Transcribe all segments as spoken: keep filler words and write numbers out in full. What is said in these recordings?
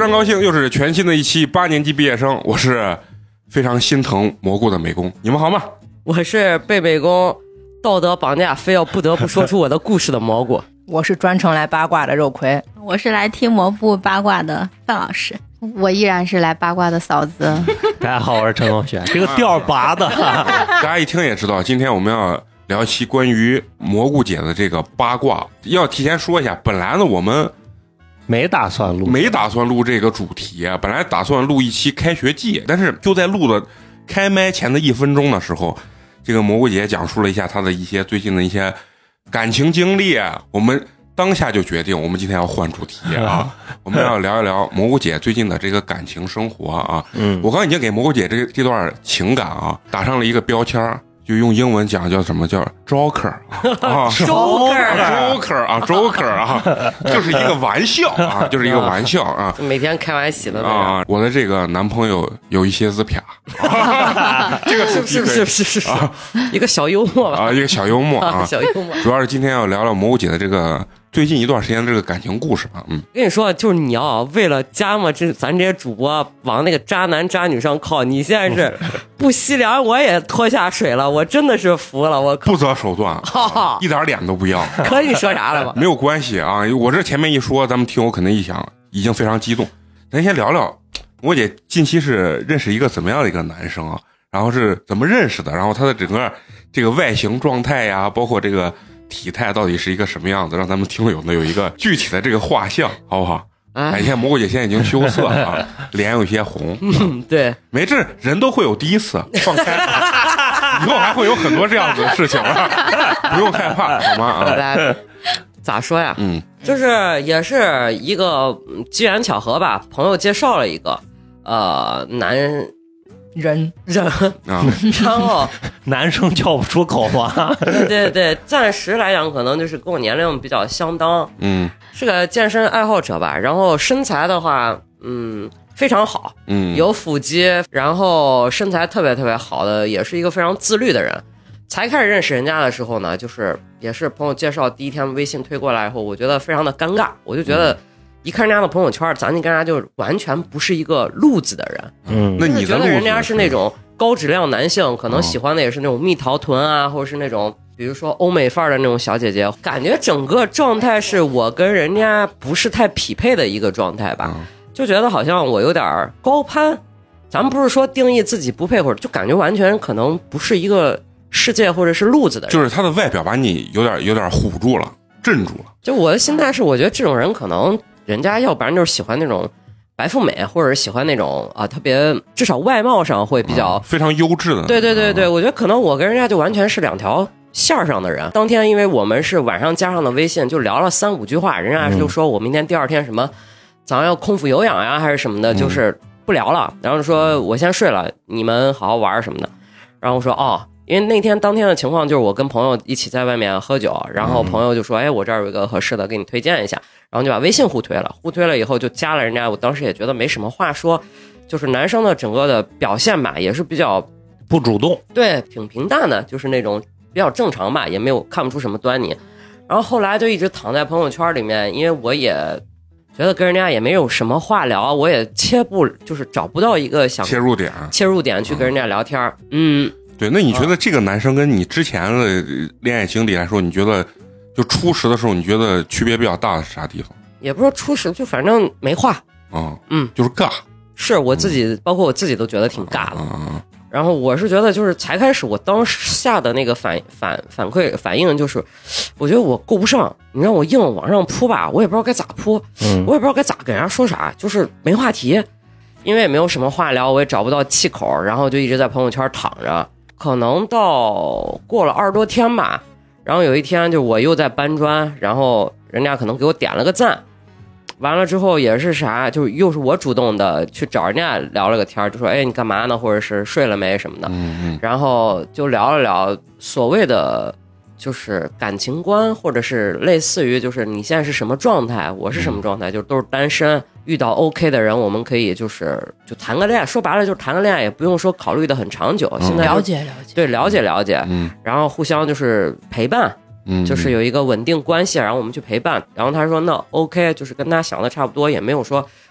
常高兴，又是全新的一期八年级毕业生，我是非常心疼蘑菇的美工，你们好吗？ 我是被美工道德绑架，非要不得不说出我的故事的蘑菇。 我是专程来八卦的肉葵， 我是来听蘑菇八卦的范老师， 我依然是来八卦的嫂子。 大家好，我是陈同学，这个调拔的， 大家一听也知道，今天我们要聊一期关于蘑菇姐的这个八卦。要提前说一下，本来呢我们没打算录， 没打算录这个主题，本来打算录一期开学季，但是就在录的开麦前的一分钟的时候，这个蘑菇姐讲述了一下她的一些最近的一些感情经历，我们当下就决定我们今天要换主题啊，我们要聊一聊蘑菇姐最近的这个感情生活啊。嗯，我刚已经给蘑菇姐这这段情感啊打上了一个标签，就用英文讲叫什么叫 Joker 啊 Joker Joker 啊 Joker 啊，就是一个玩笑啊，就是一个玩笑啊， 每天开玩喜的啊。我的这个男朋友有一些自啪，这个是是是是是是一个小幽默啊，一个小幽默啊， 小幽默。 主要是今天要聊聊蘑菇姐的这个最近一段时间的这个感情故事吧。嗯， 跟你说，就是你要为了加嘛，这咱这些主播往那个渣男渣女上靠，你现在是不惜凉我也拖下水了，我真的是服了，我不择手段，啊、一点脸都不要。 可你说啥了吧？ 没有关系啊，我这前面一说，咱们听友肯定一想，已经非常激动。咱先聊聊，我姐近期是认识一个怎么样的一个男生啊？然后是怎么认识的？然后他的整个这个外形状态呀，包括这个体态到底是一个什么样子，让咱们听友呢有一个具体的这个画像，好不好？哎，你看蘑菇姐现在已经羞涩了啊，脸有些红。 嗯，对， 没这人都会有第一次，放开，以后还会有很多这样子的事情啊，不用害怕，好吗？啊， 来，咋说呀？嗯，就是也是一个机缘巧合吧，朋友介绍了一个呃男人人啊，然后男生叫不出口吗？ 对对对，暂时来讲可能就是跟我年龄比较相当，嗯，是个健身爱好者吧。然后身材的话，嗯，非常好，嗯，有腹肌，然后身材特别特别好的，也是一个非常自律的人。才开始认识人家的时候呢，就是也是朋友介绍，第一天微信推过来以后，我觉得非常的尴尬，我就觉得。嗯，一看人家的朋友圈，咱就跟人家就完全不是一个路子的人。 嗯，那你觉得人家是那种高质量男性，可能喜欢的也是那种蜜桃臀啊，或者是那种比如说欧美范儿的那种小姐姐，感觉整个状态是我跟人家不是太匹配的一个状态吧，就觉得好像我有点高攀。咱们不是说定义自己不配，或者就感觉完全可能不是一个世界或者是路子的人， 就是他的外表把你有点有点唬住了，镇住了。 就我的心态是，我觉得这种人可能。人家要不然就是喜欢那种白富美，或者是喜欢那种啊特别至少外貌上会比较、 嗯、非常优质的。 对对对对、嗯，我觉得可能我跟人家就完全是两条线上的人。当天因为我们是晚上加上的微信，就聊了三五句话，人家就说我明天第二天什么早上要空腹有氧呀还是什么的，就是不聊了。然后说我先睡了，你们好好玩什么的。然后我说哦。因为那天当天的情况就是我跟朋友一起在外面喝酒，然后朋友就说哎我这儿有一个合适的给你推荐一下，然后就把微信互推了，互推了以后就加了人家。我当时也觉得没什么话说，就是男生的整个的表现吧也是比较不主动， 对，挺平淡的，就是那种比较正常吧，也没有看不出什么端倪。然后后来就一直躺在朋友圈里面，因为我也觉得跟人家也没有什么话聊，我也切不就是找不到一个想切入点切入点去跟人家聊天。嗯， 对，那你觉得这个男生跟你之前的恋爱经历来说，你觉得就初识的时候，你觉得区别比较大的是啥地方？ 也不是说初识，就反正没话。 嗯嗯，就是尬。 是我自己、嗯，包括我自己都觉得挺尬的。嗯、然后我是觉得，就是才开始，我当下的那个反反反馈反应就是，我觉得我够不上，你让我硬往上扑吧，我也不知道该咋扑，嗯、我也不知道该咋跟人家说啥，就是没话题，因为也没有什么话聊，我也找不到气口，然后就一直在朋友圈躺着。可能到过了二十多天吧，然后有一天就我又在搬砖，然后人家可能给我点了个赞，完了之后也是啥，就又是我主动的去找人家聊了个天，就说哎你干嘛呢，或者是睡了没什么的，嗯嗯，然后就聊了聊所谓的就是感情观，或者是类似于就是你现在是什么状态，我是什么状态，就都是单身，遇到 OK 的人我们可以就是就谈个恋爱，说白了就是谈个恋爱，也不用说考虑的很长久，现在了解了解， 对，了解了解，嗯，然后互相就是陪伴，嗯，就是有一个稳定关系，然后我们去陪伴，然后他说那 OK， 就是跟他想的差不多，也没有说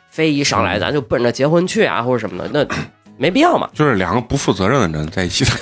非一上来咱就奔着结婚去啊或者什么的，那没必要嘛。 就是两个不负责任的人在一起的，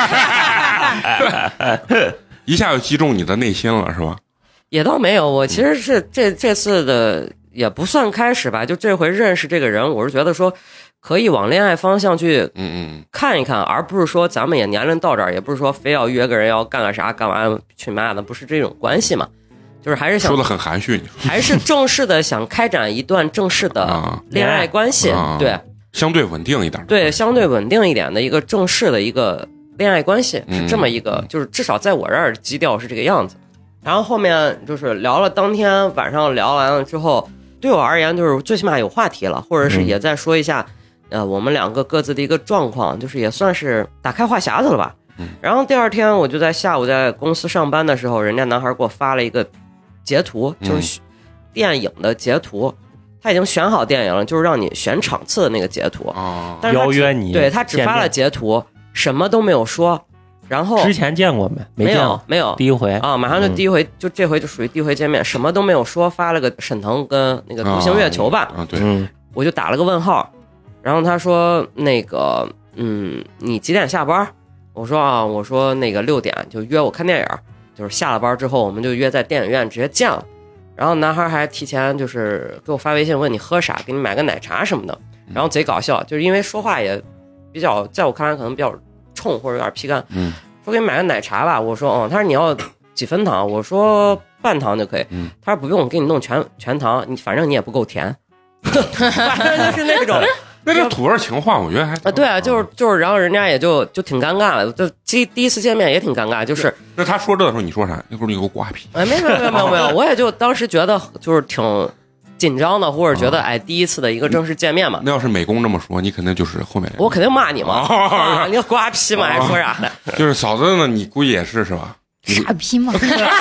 一下就击中你的内心了，是吧？ 也倒没有，我其实是这这次的也不算开始吧，就这回认识这个人，我是觉得说可以往恋爱方向去嗯嗯看一看，而不是说咱们也年龄到这儿，也不是说非要约个人要干个啥干完去嘛的，不是这种关系嘛，就是还是想说的很含蓄，你说还是正式的想开展一段正式的恋爱关系， 啊、 对， 相对稳定一点， 对，相对稳定一点的一个正式的一个恋爱关系，是这么一个， 嗯、 就是至少在我这儿基调是这个样子。然后后面就是聊了，当天晚上聊完了之后，对我而言就是最起码有话题了，或者是也再说一下，嗯、呃，我们两个各自的一个状况，就是也算是打开话匣子了吧。 嗯、 然后第二天我就在下午在公司上班的时候，人家男孩给我发了一个截图，就是电影的截图，他已经选好电影了，就是让你选场次的那个截图啊， 但是邀约你， 对他只发了截图，什么都没有说。然后之前见过没？没没见有没有， 第一回啊，马上就第一回，嗯、就这回就属于第一回见面，什么都没有说，发了个沈腾跟那个独行月球吧， 啊，对， 嗯， 我就打了个问号，然后他说那个，嗯，你几点下班？我说啊，我说那个六点就约我看电影，就是下了班之后我们就约在电影院直接见了。然后男孩还提前就是给我发微信问你喝啥，给你买个奶茶什么的，然后贼搞笑，就是因为说话也比较，在我看来可能比较冲或者有点皮干， 嗯， 说给你买个奶茶吧，我说哦，他说你要几分糖，我说半糖就可以， 嗯， 他说不用，我给你弄全全糖，你反正你也不够甜，反正就是那种。 那这土味情话，我觉得还啊，对啊，就是就是，然后人家也就就挺尴尬的，就第第一次见面也挺尴尬，就是那他说这的时候，你说啥？那会儿你给我瓜皮？ 哎，没有没有没有没有，我也就当时觉得就是挺紧张的，或者觉得哎第一次的一个正式见面嘛。 那要是美工这么说，你肯定就是后面我肯定骂你嘛，啊、你瓜皮嘛，还说啥呢？ 就是嫂子呢，你估计也是是吧？ 傻逼嘛！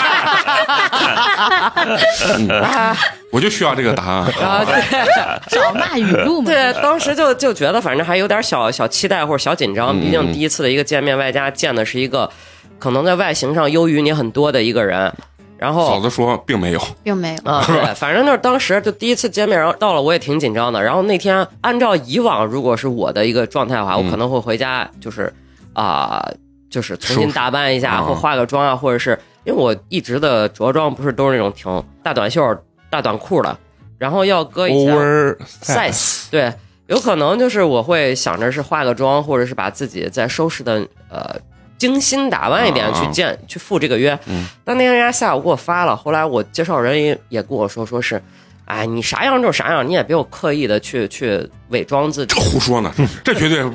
嗯、我就需要这个答案啊！对， 找骂语录嘛。 对，当时就就觉得反正还有点小小期待或者小紧张， 嗯、 毕竟第一次的一个见面，外加见的是一个可能在外形上优于你很多的一个人。然后嫂子说并没有， 并没有啊，对，反正就是当时就第一次见面，然后到了我也挺紧张的。然后那天按照以往，如果是我的一个状态的话， 嗯、 我可能会回家就是啊。呃就是重新打扮一下，或化个妆啊，或者是因为我一直的着装不是都是那种挺大短袖、大短裤的，然后要搁以前 oversize， 对，有可能就是我会想着是化个妆，或者是把自己再收拾的呃精心打扮一点去见、啊、去赴这个约。 嗯， 但那天人家下午给我发了，后来我介绍人也也跟我说，说是。哎，你啥样就是啥样，你也别有刻意的去去伪装自己。 这胡说呢，这绝对不。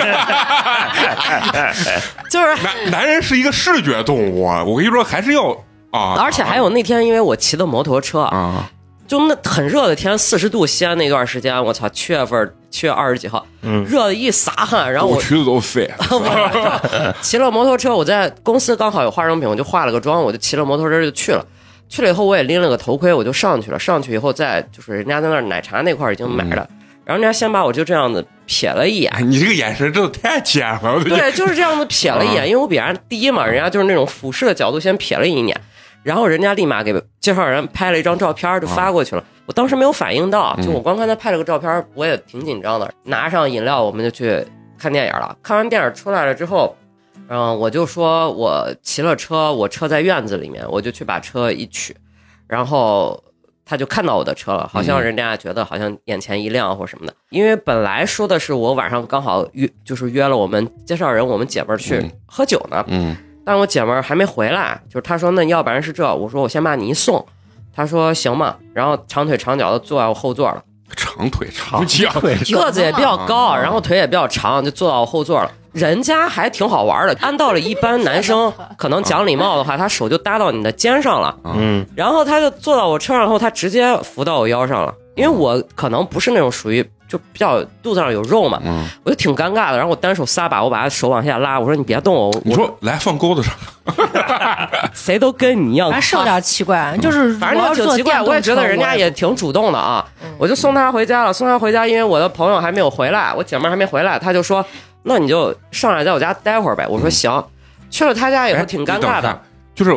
就是男男人是一个视觉动物啊，我跟你说还是要啊。 而且还有那天，因为我骑的摩托车啊， 就那很热的天，四十度西安那段时间，我操，七月份七月二十几号，嗯，热的一撒汗，然后我裙子都飞。 骑了摩托车，我在公司刚好有化妆品，我就化了个妆，我就骑了摩托车就去了。去了以后，我也拎了个头盔，我就上去了。上去以后，在就是人家在那儿奶茶那块已经买了，嗯、然后人家先把我就这样子瞥了一眼。 你这个眼神真的太贱了。 对，就是这样子瞥了一眼，因为我比人家低嘛，人家就是那种俯视的角度先瞥了一眼，然后人家立马给介绍人拍了一张照片就发过去了。我当时没有反应到，就我光看他拍了个照片，我也挺紧张的。拿上饮料，我们就去看电影了。看完电影出来了之后。嗯，我就说我骑了车，我车在院子里面，我就去把车一取，然后他就看到我的车了，好像人家觉得好像眼前一亮或什么的。因为本来说的是我晚上刚好约，就是约了我们介绍人，我们姐们儿去喝酒呢。 嗯， 但我姐们儿还没回来，就是他说那要不然是这，我说我先把你一送，他说行嘛，然后长腿长脚的坐在我后座了。 长腿长脚， 个子也比较高，然后腿也比较长，就坐到我后座了。人家还挺好玩的，按道理一般男生可能讲礼貌的话，他手就搭到你的肩上了， 嗯， 然后他就坐到我车上后，他直接扶到我腰上了，因为我可能不是那种属于就比较肚子上有肉嘛， 嗯， 我就挺尴尬的，然后我单手撒把，我把他手往下拉，我说你别动我， 你说来放钩子上， 谁都跟你一样， 反正是有点奇怪，就是反正挺奇怪，我也觉得人家也挺主动的啊，我就送他回家了，送他回家，因为我的朋友还没有回来，我姐妹还没回来，他就说。那你就上来在我家待会儿呗。我说行，去了他家以后挺尴尬的。 就是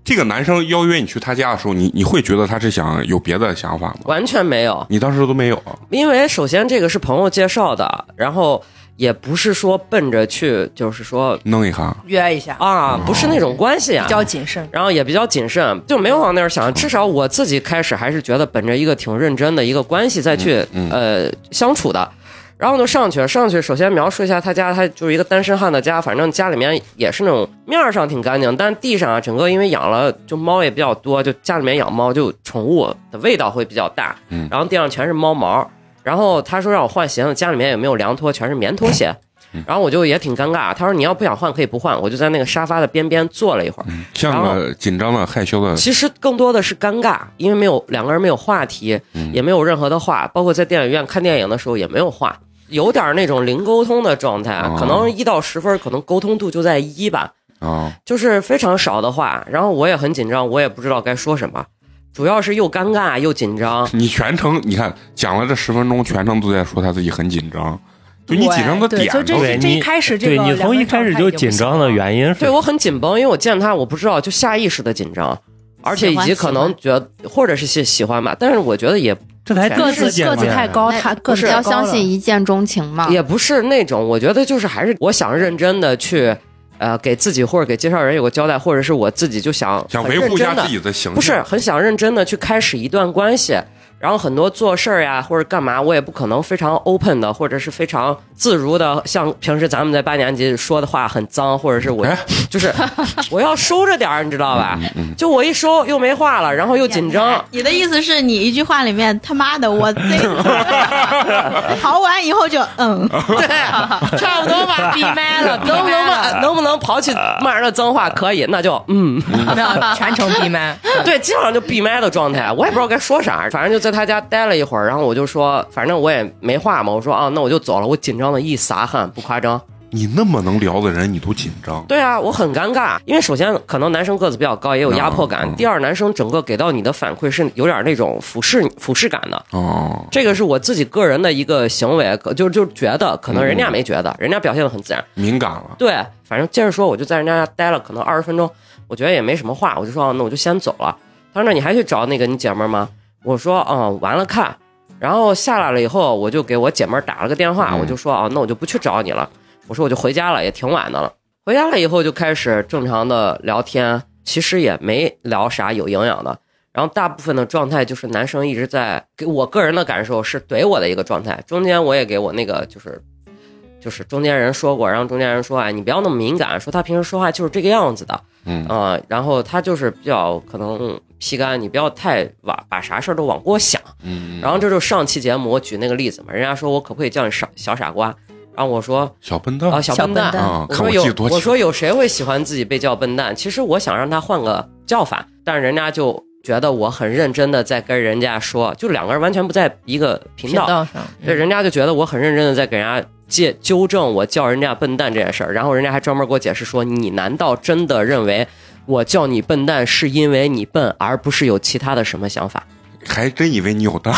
这个男生邀约你去他家的时候，你你会觉得他是想有别的想法吗？ 完全没有， 你当时都没有， 因为首先这个是朋友介绍的，然后也不是说奔着去，就是说弄一下约一下啊，不是那种关系啊， 比较谨慎， 然后也比较谨慎，就没有往那儿想。至少我自己开始还是觉得本着一个挺认真的一个关系再去、嗯嗯、呃相处的。然后就上去了，上去首先描述一下他家，他就是一个单身汉的家，反正家里面也是那种面上挺干净，但地上啊，整个因为养了就猫也比较多，就家里面养猫就宠物的味道会比较大，嗯，然后地上全是猫毛，然后他说让我换鞋子，家里面也没有凉拖，全是棉拖鞋。然后我就也挺尴尬，他说你要不想换可以不换，我就在那个沙发的边边坐了一会儿， 嗯、像个紧张的害羞的。 其实更多的是尴尬，因为没有两个人没有话题，嗯、也没有任何的话，包括在电影院看电影的时候也没有话，有点那种零沟通的状态，哦、可能一到十分，可能沟通度就在一吧，哦，就是非常少的话。然后我也很紧张，我也不知道该说什么，主要是又尴尬又紧张。 你全程你看讲了这十分钟，全程都在说他自己很紧张。就你紧张的点， 就这这一开始这个， 对你从一开始就紧张的原因是， 对我很紧绷，因为我见他，我不知道，就下意识的紧张，而且以及可能觉得或者是喜喜欢吧，但是我觉得也这才个子个子太高，他个子要相信一见钟情嘛， 也不是那种，我觉得就是还是我想认真的去。呃，给自己或者给介绍人有个交代，或者是我自己就想想维护一下自己的形象， 不是很想认真的去开始一段关系。然后很多做事儿呀或者干嘛，我也不可能非常 open 的，或者是非常自如的，像平时咱们在八年级说的话很脏，或者是我、哎、就是我要收着点儿，你知道吧？嗯嗯、就我一收又没话了，然后又紧张。 你的意思是你一句话里面他妈的我这逃完以后就嗯， 对，差不多吧，闭麦了，能不能能不能刨去骂人的脏话？可以，那就嗯， 那全程闭麦。 对，基本上就闭麦的状态，我也不知道该说啥，反正就在他家待了一会儿，然后我就说，反正我也没话嘛，我说啊，那我就走了。我紧张的一撒汗，不夸张。 你那么能聊的人，你都紧张？ 对啊，我很尴尬，因为首先可能男生个子比较高，也有压迫感；嗯嗯、第二，男生整个给到你的反馈是有点那种俯视俯视感的。哦，这个是我自己个人的一个行为，就就觉得可能人家没觉得，嗯、人家表现得很自然， 敏感了。 对，反正接着说，我就在人家家待了可能二十分钟，我觉得也没什么话，我就说、啊、那我就先走了。他说那你还去找那个你姐妹吗？我说嗯，完了看。然后下来了以后，我就给我姐妹打了个电话，嗯、我就说啊，那我就不去找你了。我说我就回家了，也挺晚的了。回家了以后就开始正常的聊天，其实也没聊啥有营养的。然后大部分的状态就是男生一直在给我个人的感受是怼我的一个状态。中间我也给我那个就是就是中间人说过，然后中间人说哎，你不要那么敏感，说他平时说话就是这个样子的，嗯啊、呃，然后他就是比较可能皮干，你不要太往把啥事儿都往过想，嗯。然后这就是上期节目我举那个例子嘛，人家说我可不可以叫你傻小傻瓜？然后我说小笨蛋啊，小笨蛋。 啊、 我说有，我说有谁会喜欢自己被叫笨蛋？其实我想让他换个叫法，但是人家就觉得我很认真的在跟人家说，就两个人完全不在一个频道, 频道上， 对、嗯，人家就觉得我很认真的在给人家借纠正我叫人家笨蛋这件事儿，然后人家还专门给我解释说，你难道真的认为我叫你笨蛋是因为你笨，而不是有其他的什么想法？ 还真以为你有蛋。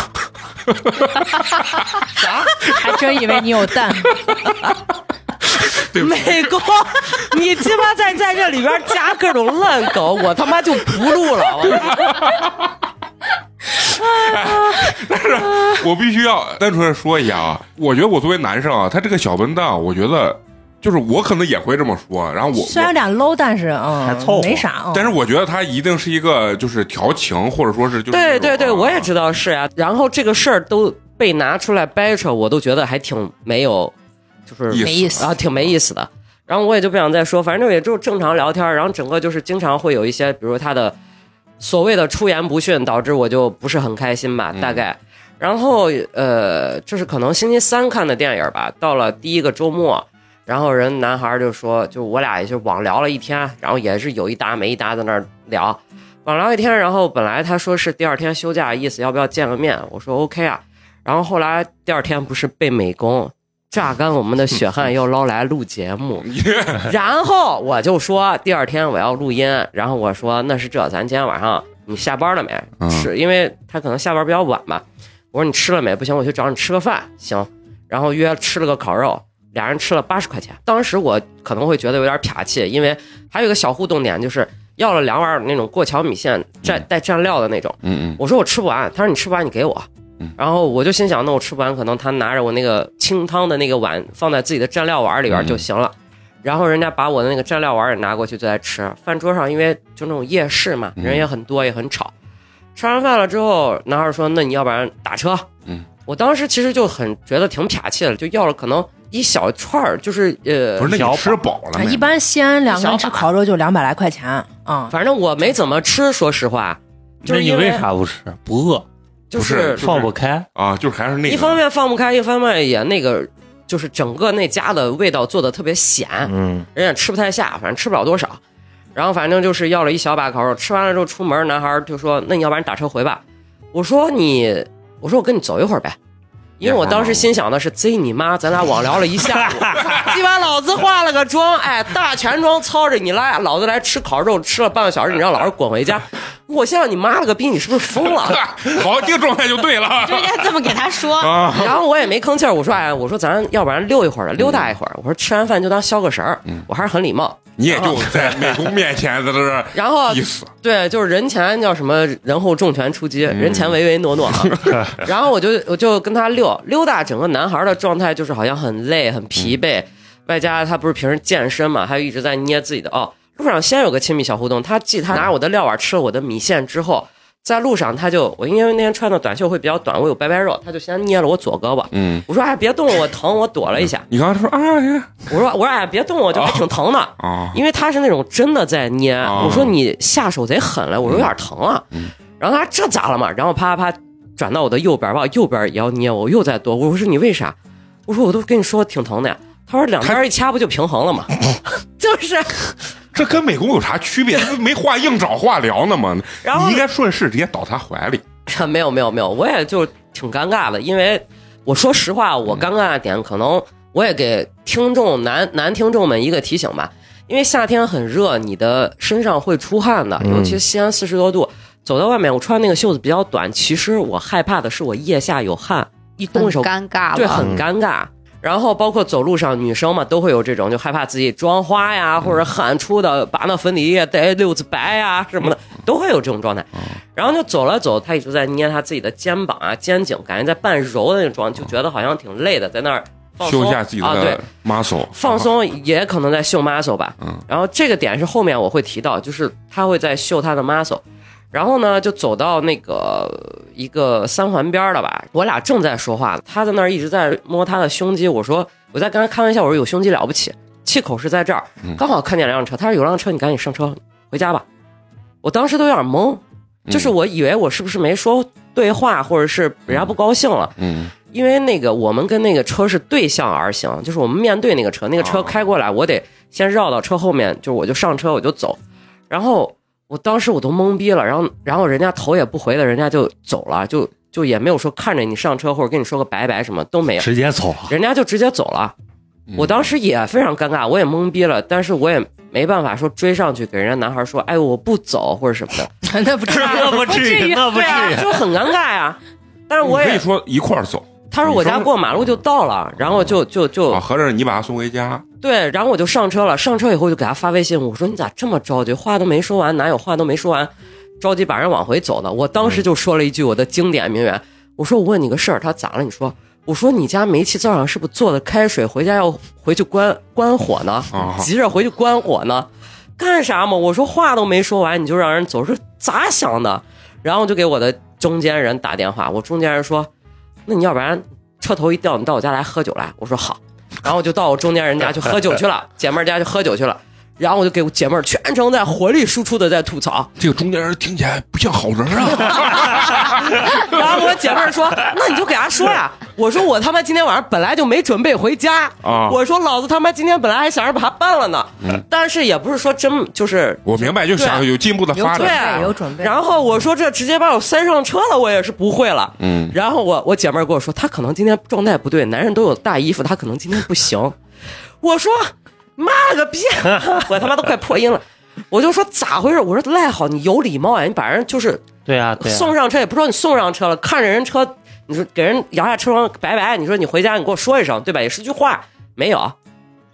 啥？ 还真以为你有蛋。 美国，你鸡巴在在这里边加各种烂梗，我他妈就不录了。 但是我必须要单纯的说一下啊，我觉得我作为男生啊，他这个小笨蛋，我觉得就是我可能也会这么说。然后我虽然有点 low， 但是嗯， 还凑合没啥、嗯。 但是我觉得他一定是一个就是调情，或者说是就是对对对，我也知道是啊。然后这个事儿都被拿出来掰扯，我都觉得还挺没有。就是没意思啊，挺没意思的。然后我也就不想再说，反正也就正常聊天。然后整个就是经常会有一些，比如他的所谓的出言不逊，导致我就不是很开心吧，大概。嗯、然后呃，这是可能星期三看的电影吧。到了第一个周末，然后人男孩就说，就我俩也就网聊了一天，然后也是有一搭没一搭在那儿聊，网聊一天。然后本来他说是第二天休假，意思要不要见个面？我说 OK 啊。然后后来第二天不是被美工榨干我们的血汗要捞来录节目，然后我就说第二天我要录音，然后我说那是这，咱今天晚上你下班了没？嗯、是因为他可能下班比较晚吧。我说你吃了没？不行，我去找你吃个饭。行，然后约吃了个烤肉，俩人吃了八十块钱。当时我可能会觉得有点撇气，因为还有一个小互动点就是要了两碗那种过桥米线蘸带蘸料的那种。 嗯嗯， 我说我吃不完，他说你吃不完你给我。然后我就心想，那我吃不完，可能他拿着我那个清汤的那个碗放在自己的蘸料碗里边就行了。嗯、然后人家把我的那个蘸料碗也拿过去就在吃。饭桌上因为就那种夜市嘛，人也很多也很吵。吃完饭了之后，男孩说：“那你要不然打车？” 嗯， 我当时其实就很觉得挺撇气的，就要了可能一小串儿，就是呃， 不是那你吃饱了没？ 一般西安两个人吃烤肉就两百来块钱啊、嗯。 反正我没怎么吃，说实话。就是、 那你为啥不吃？不饿？ 就是放不开啊，就是还是那个。 一方面放不开，一方面也那个，就是整个那家的味道做的特别咸， 嗯， 人也吃不太下，反正吃不了多少。然后反正就是要了一小把烤肉，吃完了之后出门，男孩就说：“那你要不然打车回吧。”我说：“你，我说我跟你走一会儿呗。”因为我当时心想的是，贼你妈，咱俩网聊了一下午，今晚老子化了个妆，哎，大全妆操着你来，老子来吃烤肉，吃了半个小时，你让老子滚回家。我现在你妈了个逼，你是不是疯了？ 好，这个状态就对了， 就应该这么给他说。 然后我也没吭气儿，我说哎，我说咱要不然溜一会儿，溜达一会儿。我说吃完饭就当消个神儿，我还是很礼貌。 你也就在美工面前在这儿， 然后意思对，就是人前叫什么，人后重拳出击，嗯、人前唯唯诺诺。然后我就我就跟他溜溜达，整个男孩的状态就是好像很累很疲惫，嗯、外加他不是平时健身嘛，他就一直在捏自己的哦。路上先有个亲密小互动，他继他拿我的料碗吃了我的米线之后，在路上他就我因为那天穿的短袖会比较短，我有白白肉，他就先捏了我左胳膊，嗯，我说哎别动我疼，我躲了一下。 你刚才说啊呀， 我说我说哎别动我，就还挺疼的啊，因为他是那种真的在捏，我说你下手贼狠了，我说有点疼啊，嗯、然后他这咋了嘛？然后啪啪啪转到我的右边吧，右边也要捏我，我又在躲，我说你为啥？我说我都跟你说挺疼的呀。他说两边一掐不就平衡了吗？就是这跟美工有啥区别？没话硬找话聊呢吗？然后你应该顺势直接倒他怀里。 没有没有没有，我也就挺尴尬的，因为我说实话，我尴尬的点可能我也给听众男男听众们一个提醒吧，因为夏天很热，你的身上会出汗的，尤其西安四十多度，走到外面我穿那个袖子比较短，其实我害怕的是我腋下有汗，一动手尴尬， 对，很尴尬。然后包括走路上，女生嘛都会有这种，就害怕自己妆花呀，或者汗出的把那粉底液带溜子白呀什么的，都会有这种状态。然后就走了走，他一直在捏他自己的肩膀啊、肩颈，感觉在半揉的那种状态，就觉得好像挺累的，在那儿放松秀一下自己的 muscle，、 啊、放松也可能在秀 muscle 吧。然后这个点是后面我会提到，就是他会在秀他的 muscle。然后呢，就走到那个一个三环边了吧，我俩正在说话，他在那儿一直在摸他的胸肌。我说我在跟他开玩笑，我说有胸肌了不起，气口是在这儿，刚好看见辆车。他说有辆车，你赶紧上车回家吧。我当时都有点懵，就是我以为我是不是没说对话，或者是人家不高兴了。嗯，因为那个我们跟那个车是对向而行，就是我们面对那个车，那个车开过来，我得先绕到车后面，就我就上车我就走，然后。我当时我都懵逼了，然后然后人家头也不回的，人家就走了，就就也没有说看着你上车或者跟你说个拜拜什么都没有， 直接走， 人家就直接走了。我当时也非常尴尬，我也懵逼了，但是我也没办法说追上去给人家男孩说，哎我不走或者什么的， 那不至于， 那不至于，那不至于， 就很尴尬呀。但是我也可以说一块儿走。 他说我家过马路就到了，然后就就就、 啊、合着你把他送回家。 对，然后我就上车了，上车以后就给他发微信，我说你咋这么着急，话都没说完，哪有话都没说完，着急把人往回走呢？我当时就说了一句我的经典名言，我说我问你个事儿，他咋了？你说，我说你家煤气灶上是不是做的开水，回家要回去关关火呢？急着回去关火呢？干啥嘛？我说话都没说完你就让人走，说咋想的？然后就给我的中间人打电话，我中间人说，那你要不然车头一掉，你到我家来喝酒来。我说好，然后我就到我中间人家去喝酒去了，姐妹儿家去喝酒去了。然后我就给我姐妹儿全程在火力输出的在吐槽， 这个中间人听起来不像好人啊。 然后我姐妹儿说，那你就给他说呀。我说我他妈今天晚上本来就没准备回家啊，我说老子他妈今天本来还想着把它办了呢，嗯、但是也不是说真就是我明白，就想有进步的发展， 有准备。 然后我说这直接把我塞上车了，我也是不会了。嗯，然后我我姐妹儿跟我说，她可能今天状态不对，男人都有大衣服，她可能今天不行。我说妈了个逼，我他妈都快破音了。我就说咋回事？我说赖好，你有礼貌呀，你把人就是对啊，对啊送上车也不说你送上车了，看着人车，你说给人摇下车窗拜拜，你说你回家你给我说一声，对吧？也是句话，没有，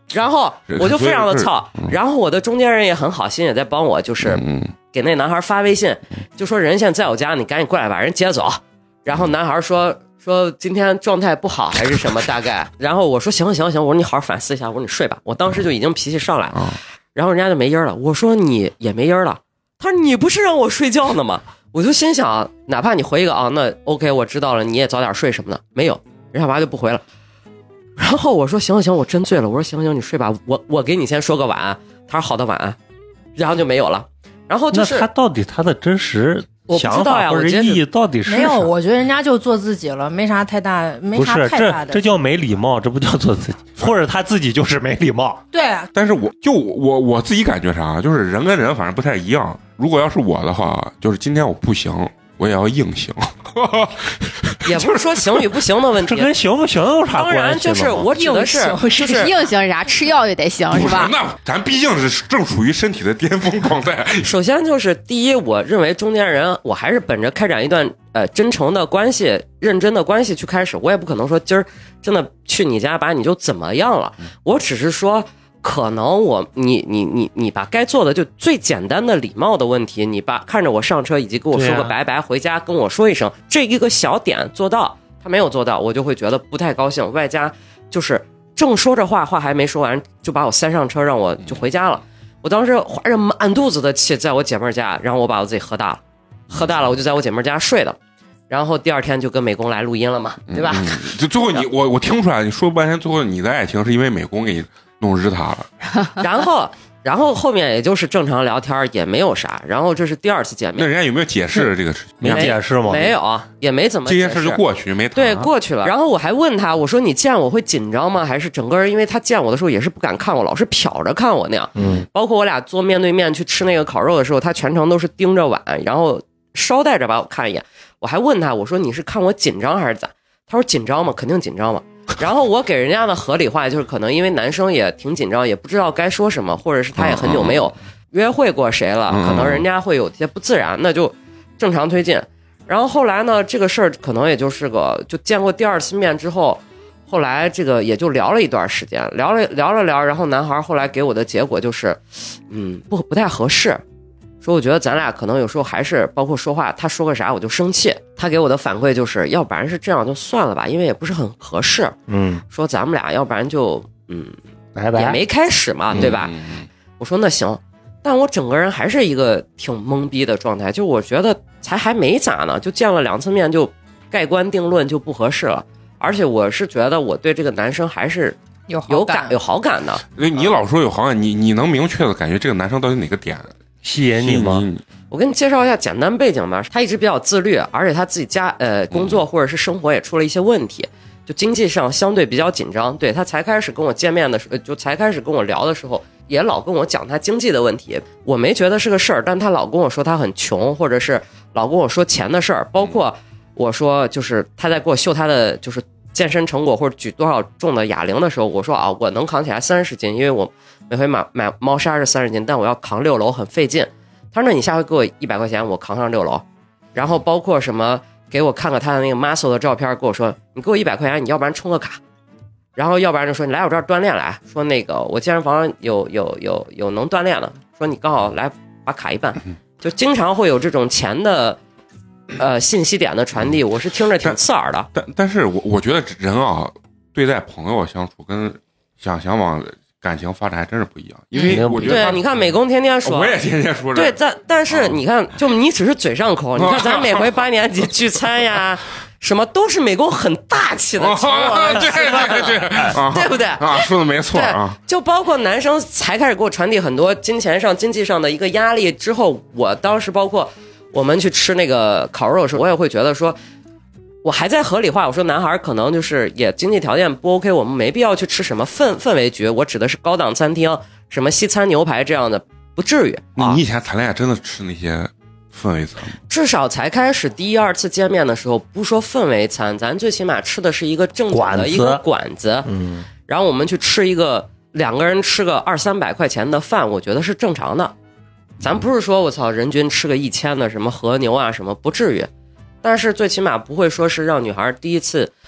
然后我就非常的操， 嗯、 然后我的中间人也很好心，也在帮我，就是给那男孩发微信，就说人现在在我家，你赶紧过来把人接走。然后男孩说说今天状态不好还是什么大概，然后我说行行行，我说你好好反思一下，我说你睡吧。我当时就已经脾气上来，然后人家就没音了。我说你也没音了，他说你不是让我睡觉呢吗？我就心想，哪怕你回一个啊，那 OK 我知道了，你也早点睡什么的，没有，人家娃就不回了。然后我说行行行，我真醉了。我说行行，你睡吧，我我给你先说个晚安。他说好的，晚安。然后就没有了。然后就是那他到底他的真实想法或者意义到底是没有？我觉得人家就做自己了，没啥太大，没啥太大的。 这这叫没礼貌，这不叫做自己，或者他自己就是没礼貌。 对， 但是我就我我自己感觉啥，就是人跟人反正不太一样。如果要是我的话，就是今天我不行，我也要硬行。 也不是说行与不行的问题， 这跟行不行有啥关系？ 当然就是我指的是就是硬行啥，吃药也得行是吧？ 那咱毕竟是正处于身体的巅峰状态。 首先就是第一，我认为中间人我还是本着开展一段呃真诚的关系、认真的关系去开始，我也不可能说今儿真的去你家把你就怎么样了，我只是说。可能我你你你你把该做的就最简单的礼貌的问题，你把看着我上车以及跟我说个拜拜，回家跟我说一声，这一个小点做到，他没有做到，我就会觉得不太高兴。外加就是正说着话，话还没说完就把我塞上车，让我就回家了。我当时怀着满肚子的气，在我姐妹家，然后我把我自己喝大了，喝大了我就在我姐妹家睡了。然后第二天就跟美工来录音了嘛，对吧？ 嗯、就最后你我我听出来，你说半天，最后你的爱情是因为美工给你弄日他了。 然后然后后面也就是正常聊天，也没有啥。然后这是第二次见面， 那人家有没有解释这个事情？ 没解释吗？ 没有，也没怎么解释。 这件事就过去没谈。 对，过去了。然后我还问他，我说你见我会紧张吗？还是整个人因为他见我的时候也是不敢看我，老是瞟着看我那样。 嗯， 包括我俩坐面对面去吃那个烤肉的时候，他全程都是盯着碗，然后捎带着把我看一眼。我还问他，我说你是看我紧张还是咋？他说紧张吗？肯定紧张嘛。然后我给人家的合理化就是可能因为男生也挺紧张，也不知道该说什么，或者是他也很久没有约会过谁了，可能人家会有些不自然，那就正常推进。然后后来呢，这个事儿可能也就是个就见过第二次面之后，后来这个也就聊了一段时间，聊了聊了聊，然后男孩后来给我的结果就是，嗯，不不太合适。说我觉得咱俩可能有时候还是包括说话，他说个啥我就生气。他给我的反馈就是，要不然是这样就算了吧，因为也不是很合适。 嗯， 说咱们俩要不然就嗯， 拜拜， 也没开始嘛，对吧？ 嗯、 我说那行，但我整个人还是一个挺懵逼的状态，就我觉得才还没咋呢，就见了两次面就盖棺定论就不合适了。而且我是觉得我对这个男生还是有有感有好感的。 你老说有好感，你你能明确的感觉这个男生到底哪个点吸引你吗？ 我跟你介绍一下简单背景吧。他一直比较自律，而且他自己家呃工作或者是生活也出了一些问题，就经济上相对比较紧张。对，他才开始跟我见面的时候，就才开始跟我聊的时候，也老跟我讲他经济的问题。我没觉得是个事儿，但他老跟我说他很穷，或者是老跟我说钱的事儿。包括我说就是他在给我秀他的就是健身成果或者举多少重的哑铃的时候，我说啊我能扛起来三十斤，因为我每回买买猫砂是三十斤，但我要扛六楼很费劲。他说那你下回给我一百块钱，我扛上六楼。然后包括什么给我看看他的那个 muscle 的照片，跟我说你给我一百块钱，你要不然充个卡，然后要不然就说你来我这儿锻炼来，说那个我健身房有有有有能锻炼的，说你刚好来把卡一办，就经常会有这种钱的呃信息点的传递，我是听着挺刺耳的。 但但是我我觉得人啊，对待朋友相处跟想想往感情发展还真是不一样，因为我觉得对，你看美工天天说， 我也天天说这， 对，但但是你看，就你只是嘴上口，你看咱每回八年级聚餐呀，什么都是美工很大气的请我们吃饭的， 对对对， 对不对？ 啊，说的没错啊。 就包括男生才开始给我传递很多金钱上、经济上的一个压力之后，我当时包括我们去吃那个烤肉的时候，我也会觉得说。我还在合理化，我说男孩可能就是也经济条件不 OK， 我们没必要去吃什么氛氛围局，我指的是高档餐厅，什么西餐牛排这样的，不至于。 你以前谈恋爱真的吃那些氛围餐吗？ 至少才开始第一二次见面的时候，不说氛围餐，咱最起码吃的是一个正经的一个馆子， 嗯， 然后我们去吃一个两个人吃个二三百块钱的饭，我觉得是正常的。咱不是说我操人均吃个一千的什么和牛啊什么，不至于。但是最起码不会说是让女孩第一次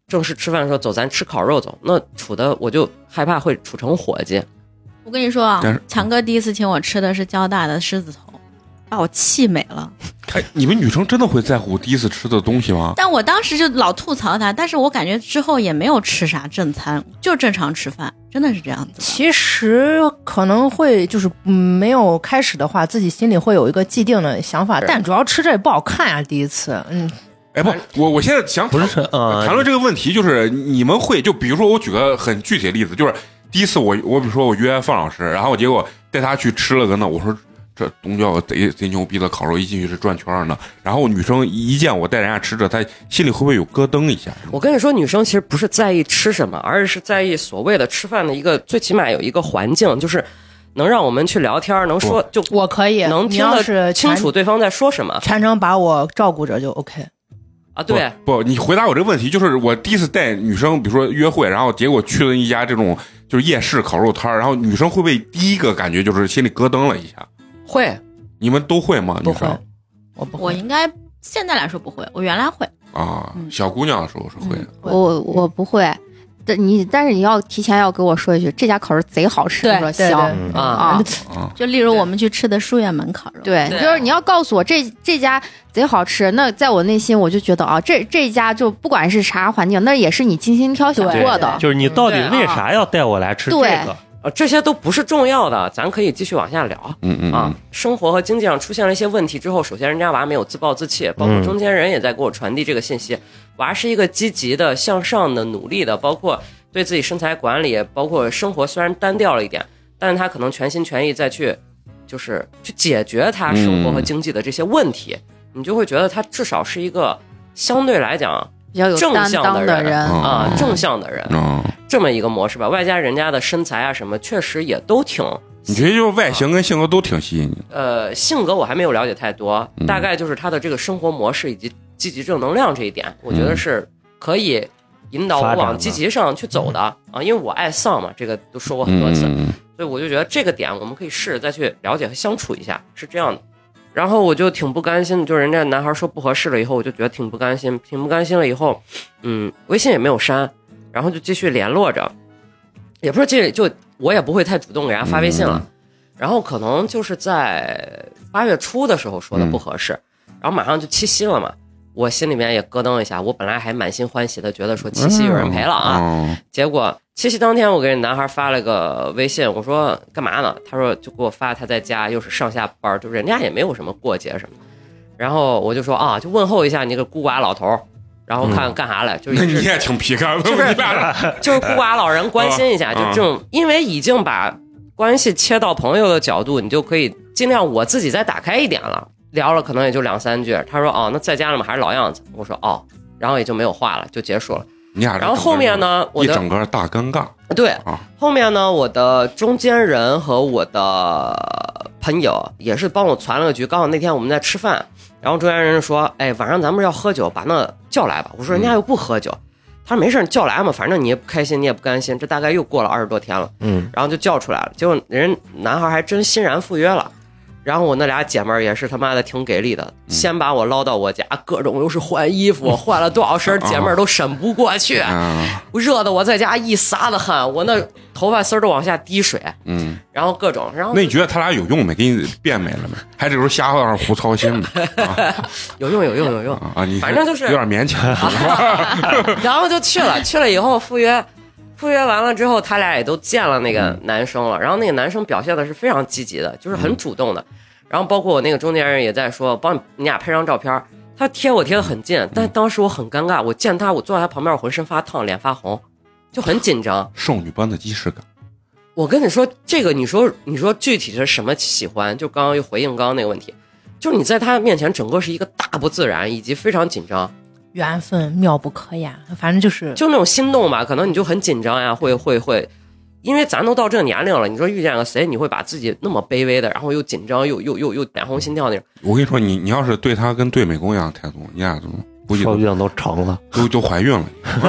正式吃饭的时候走，咱吃烤肉走，那处的我就害怕会处成伙计。 我跟你说啊但是， 强哥第一次请我吃的是交大的狮子头，把我气没了。 哎，你们女生真的会在乎第一次吃的东西吗？ 但我当时就老吐槽他，但是我感觉之后也没有吃啥正餐，就正常吃饭，真的是这样子的。 其实可能会就是嗯，没有开始的话，自己心里会有一个既定的想法，但主要吃这也不好看呀、啊。第一次，嗯， 哎不，我我现在想不是呃谈论这个问题，就是你们会就比如说我举个很具体的例子，就是第一次我我比如说我约范老师，然后结果带他去吃了个那，我说这东郊贼贼牛逼的烤肉，一进去是转圈的。然后女生一见我带人家吃着，她心里会不会有咯噔一下？ 我跟你说，女生其实不是在意吃什么，而是在意所谓的吃饭的一个最起码有一个环境，就是能让我们去聊天，能说就我可以能听得清楚对方在说什么， 全程把我照顾着就 OK。 啊，对不，不，你回答我这个问题，就是我第一次带女生，比如说约会，然后结果去了一家这种就是夜市烤肉摊，然后女生会不会第一个感觉就是心里咯噔了一下？ 会， 你们都会吗？ 不会女生， 我不会。 我应该现在来说不会，我原来会啊， 嗯小姑娘的时候是会的。 嗯我我不会。但你但是你要提前要跟我说一句，这家烤肉贼好吃， 对我说对行对啊啊。 啊， 就例如我们去吃的书院门烤肉， 对， 对就是你要告诉我这这家贼好吃，那在我内心我就觉得啊，这这家就不管是啥环境，那也是你精心挑选对过的。 就是你到底为啥要带我来吃这对个？ 呃，这些都不是重要的，咱可以继续往下聊。 嗯嗯啊，生活和经济上出现了一些问题之后，首先人家娃没有自暴自弃，包括中间人也在给我传递这个信息，娃是一个积极的、向上的、努力的，包括对自己身材管理，包括生活虽然单调了一点，但是他可能全心全意再去，就是去解决他生活和经济的这些问题，你就会觉得他至少是一个相对来讲比较有正担当向的人的人， 啊，正向的人， 嗯， 这么一个模式吧。外加人家的身材啊什么，确实也都挺。 你觉得就是外形跟性格都挺吸引你？ 呃，性格我还没有了解太多， 嗯大概就是他的这个生活模式以及积极正能量这一点，我觉得是可以引导我往积极上去走的啊。因为我爱丧嘛，这个都说过很多次， 嗯所以我就觉得这个点我们可以试着再去了解和相处一下，是这样的。然后我就挺不甘心的，就是人家男孩说不合适了以后，我就觉得挺不甘心，挺不甘心了以后，嗯，微信也没有删，然后就继续联络着，也不是这就我也不会太主动给人家发微信了， 嗯然后可能就是在八月初的时候说的不合适， 嗯、 然后马上就七夕了嘛，我心里面也咯噔一下，我本来还满心欢喜的觉得说七夕有人陪了啊， 嗯、 结果七夕当天我给人男孩发了个微信，我说干嘛呢？他说就给我发他在家，又是上下班，就人家也没有什么过节什么的。然后我就说啊，就问候一下你这个孤寡老头，然后看干啥来，就是那你也挺皮干， 就是就是孤寡老人关心一下，就这种，因为已经把关系切到朋友的角度，你就可以尽量我自己再打开一点了。聊了可能也就两三句，他说哦，那在家了吗？还是老样子？我说哦，然后也就没有话了，就结束了。 你俩然后后面呢，我一的整个大尴尬。 对啊， 后面呢，我的中间人和我的朋友也是帮我传了个局。刚好那天我们在吃饭，然后中间人说：“哎，晚上咱们要喝酒，把那叫来吧。”我说：“人家又不喝酒。嗯”他说：“没事，你叫来嘛，反正你也不开心，你也不甘心。”这大概又过了二十多天了， 嗯， 然后就叫出来了。结果人男孩还真欣然赴约了。然后我那俩姐妹儿也是他妈的挺给力的，先把我捞到我家，各种又是换衣服，换了多少身，姐妹儿都审不过去，我热的我在家一撒的汗，我那头发丝儿都往下滴水， 嗯， 然后各种，然后那你觉得他俩有用没？给你变美了没？还这时候瞎往上胡操心呢？ 有用有用有用啊！你反正就是有点勉强， 然后就去了，去了以后赴约。赴约完了之后，他俩也都见了那个男生了，然后那个男生表现的是非常积极的，就是很主动的。然后包括我那个中间人也在说，帮你俩拍张照片。他贴我贴得很近，但当时我很尴尬，我见他，我坐在他旁边，我浑身发烫，脸发红，就很紧张。 少女般的即视感。 我跟你说，这个你说你说具体是什么喜欢？就刚刚又回应刚刚那个问题，就是你在他面前整个是一个大不自然，以及非常紧张。 缘分妙不可言，反正就是就那种心动吧，可能你就很紧张呀，会会会，因为咱都到这个年龄了，你说遇见个谁，你会把自己那么卑微的，然后又紧张又又又又脸红心跳那种。 我跟你说，你你要是对他跟对美工一样态度，你俩怎么估计说不定都成了， 都都怀孕了。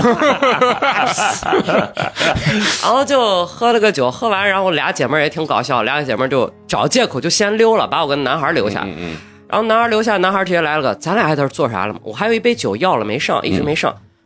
然后就喝了个酒，喝完，然后俩姐妹也挺搞笑，俩姐妹就找借口就先溜了，把我跟男孩留下。 嗯嗯。 然后男孩留下，男孩直接来了个，咱俩还在这做啥了吗？我还有一杯酒要了没上，一直没上。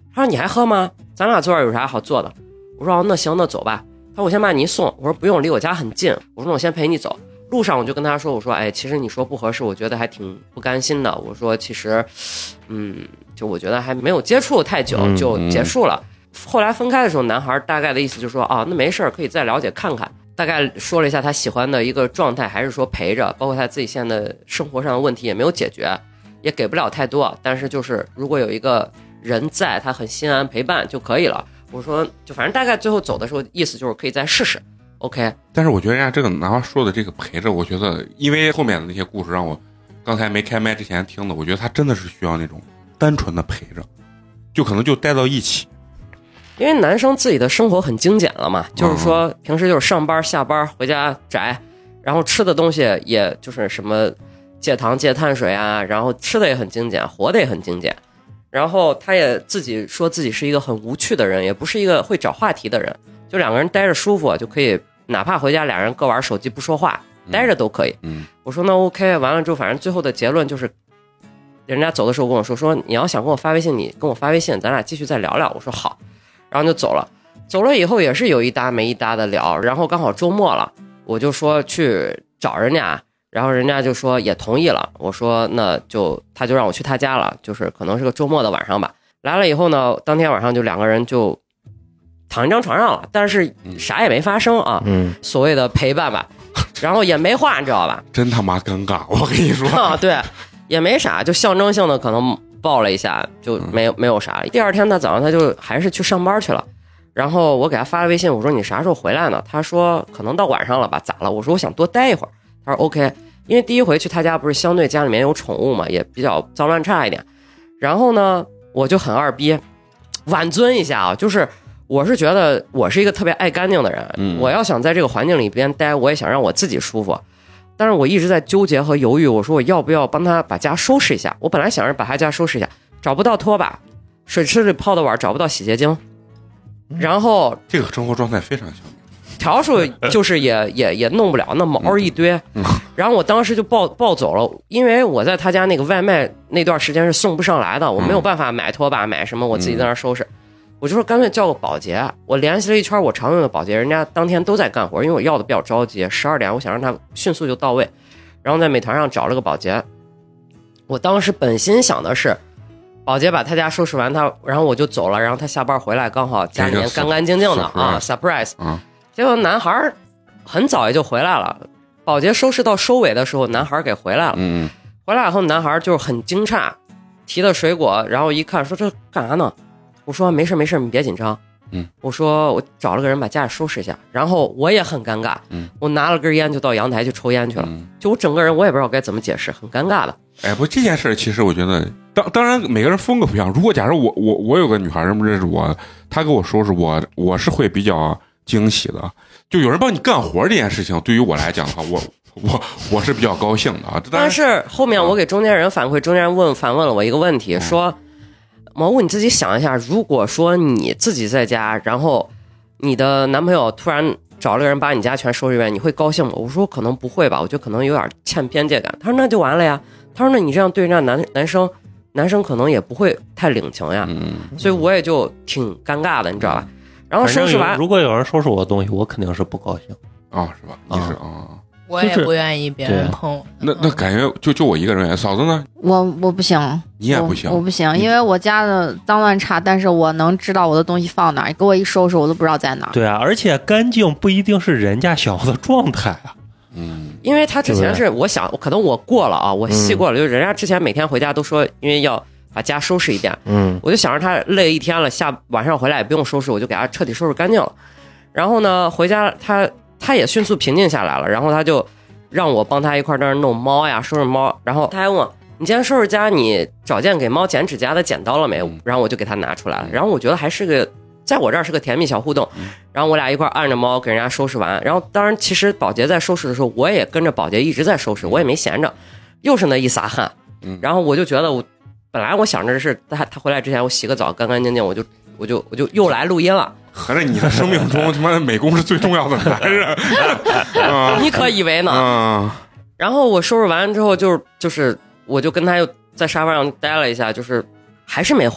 他说你还喝吗？咱俩坐这儿有啥好做的？我说、哦、那行那走吧。他说我先把你送。我说不用，离我家很近。我说那我先陪你走。路上我就跟他说，我说哎，其实你说不合适，我觉得还挺不甘心的。我说其实，嗯，就我觉得还没有接触太久就结束了。嗯、后来分开的时候，男孩大概的意思就是说啊，那没事儿，可以再了解看看。大概说了一下他喜欢的一个状态，还是说陪着，包括他自己现在生活上的问题也没有解决，也给不了太多。但是就是如果有一个人在，他很心安陪伴就可以了。我说就反正大概最后走的时候，意思就是可以再试试。OK， 但是我觉得人家这个男孩说的这个陪着，我觉得因为后面的那些故事让我刚才没开麦之前听的，我觉得他真的是需要那种单纯的陪着，就可能就待到一起。 因为男生自己的生活很精简了嘛，就是说平时就是上班下班回家宅，然后吃的东西也就是什么戒糖戒碳水啊，然后吃的也很精简，活的也很精简。然后他也自己说自己是一个很无趣的人，也不是一个会找话题的人，就两个人待着舒服就可以，哪怕回家俩人各玩手机不说话，待着都可以。 嗯， 我说那 OK， 完了之后反正最后的结论就是，人家走的时候跟我说说你要想跟我发微信，你跟我发微信，咱俩继续再聊聊。我说好，然后就走了。走了以后也是有一搭没一搭的聊，然后刚好周末了，我就说去找人家。然后人家就说也同意了，我说那就他就让我去他家了，就是可能是个周末的晚上吧。来了以后呢，当天晚上就两个人就躺一张床上了，但是啥也没发生啊，嗯，所谓的陪伴吧，然后也没话，你知道吧？ 真他妈尴尬，我跟你说啊，对，也没啥，就象征性的可能抱了一下，就没有没有啥。第二天他早上他就还是去上班去了，然后我给他发了微信，我说你啥时候回来呢？他说可能到晚上了吧，咋了？我说我想多待一会儿。他说 OK， 因为第一回去他家不是相对家里面有宠物嘛，也比较脏乱差一点。然后呢，我就很二逼，挽尊一下啊，就是我是觉得我是一个特别爱干净的人，嗯、我要想在这个环境里边待，我也想让我自己舒服。但是我一直在纠结和犹豫，我说我要不要帮他把家收拾一下？我本来想着把他家收拾一下，找不到拖把，水池里泡的碗找不到洗洁精，然后这个生活状态非常像。 笤帚就是也也也弄不了，那毛一堆，然后我当时就暴暴走了，因为我在他家那个外卖那段时间是送不上来的，我没有办法买拖把买什么，我自己在那收拾，我就说干脆叫个保洁，我联系了一圈我常用的保洁，人家当天都在干活，因为我要的比较着急，十二点我想让他迅速就到位，然后在美团上找了个保洁，我当时本心想的是。保洁把他家收拾完，他然后我就走了，然后他下班回来刚好家里面干干净净的啊 ，surprise， 啊，结果男孩很早也就回来了，保洁收拾到收尾的时候，男孩给回来了，嗯，回来以后男孩就是很惊诧，提的水果，然后一看说这干啥呢？我说没事没事，你别紧张，嗯，我说我找了个人把家里收拾一下，然后我也很尴尬，嗯，我拿了根烟就到阳台去抽烟去了，嗯、就我整个人我也不知道该怎么解释，很尴尬的。 哎，不，这件事其实我觉得，当当然每个人风格不一样。如果假设我我我有个女孩认不认识我，她给我收拾我，我是会比较惊喜的。就有人帮你干活这件事情，对于我来讲的话，我我我是比较高兴的啊。 但是后面我给中间人反馈，中间人问反问了我一个问题，嗯、说蘑菇你自己想一下，如果说你自己在家，然后你的男朋友突然找了个人把你家全收拾一遍，你会高兴吗？我说可能不会吧，我觉得可能有点欠边界感。他说那就完了呀。他说那你这样对人家男男生男生可能也不会太领情呀，嗯、所以我也就挺尴尬的，你知道吧？然后收拾完， 如果有人收拾我的东西，我肯定是不高兴啊、哦，是吧？你是啊。哦我也不愿意别人碰我。 那那感觉就就我一个人，嫂子呢？ 我我不行， 你也不行， 我, 我不行，因为我家的脏乱差，但是我能知道我的东西放哪儿，给我一收拾，我都不知道在哪儿。 对啊，而且干净不一定是人家想要的状态啊。 嗯，因为他之前是我想，可能我过了啊，我细过了，嗯、就是人家之前每天回家都说，因为要把家收拾一遍，嗯，我就想着他累一天了，下晚上回来也不用收拾，我就给他彻底收拾干净了。然后呢，回家他他也迅速平静下来了，然后他就。让我帮他一块在那弄猫呀，收拾猫。然后他还问我：“你今天收拾家，你找件给猫剪指甲的剪刀了没？”然后我就给他拿出来了。然后我觉得还是个，在我这儿是个甜蜜小互动。然后我俩一块按着猫给人家收拾完。然后当然，其实保洁在收拾的时候，我也跟着保洁一直在收拾，我也没闲着，又是那一撒汗。然后我就觉得我本来我想着是他他回来之前我洗个澡干干净净，我就我就我就又来录音了。 合着你的生命中他妈的美工是最重要的男人， 啊、你可以为呢？啊、然后我收拾完之后就，就是就是我就跟他又在沙发上待了一下，就是还是没话，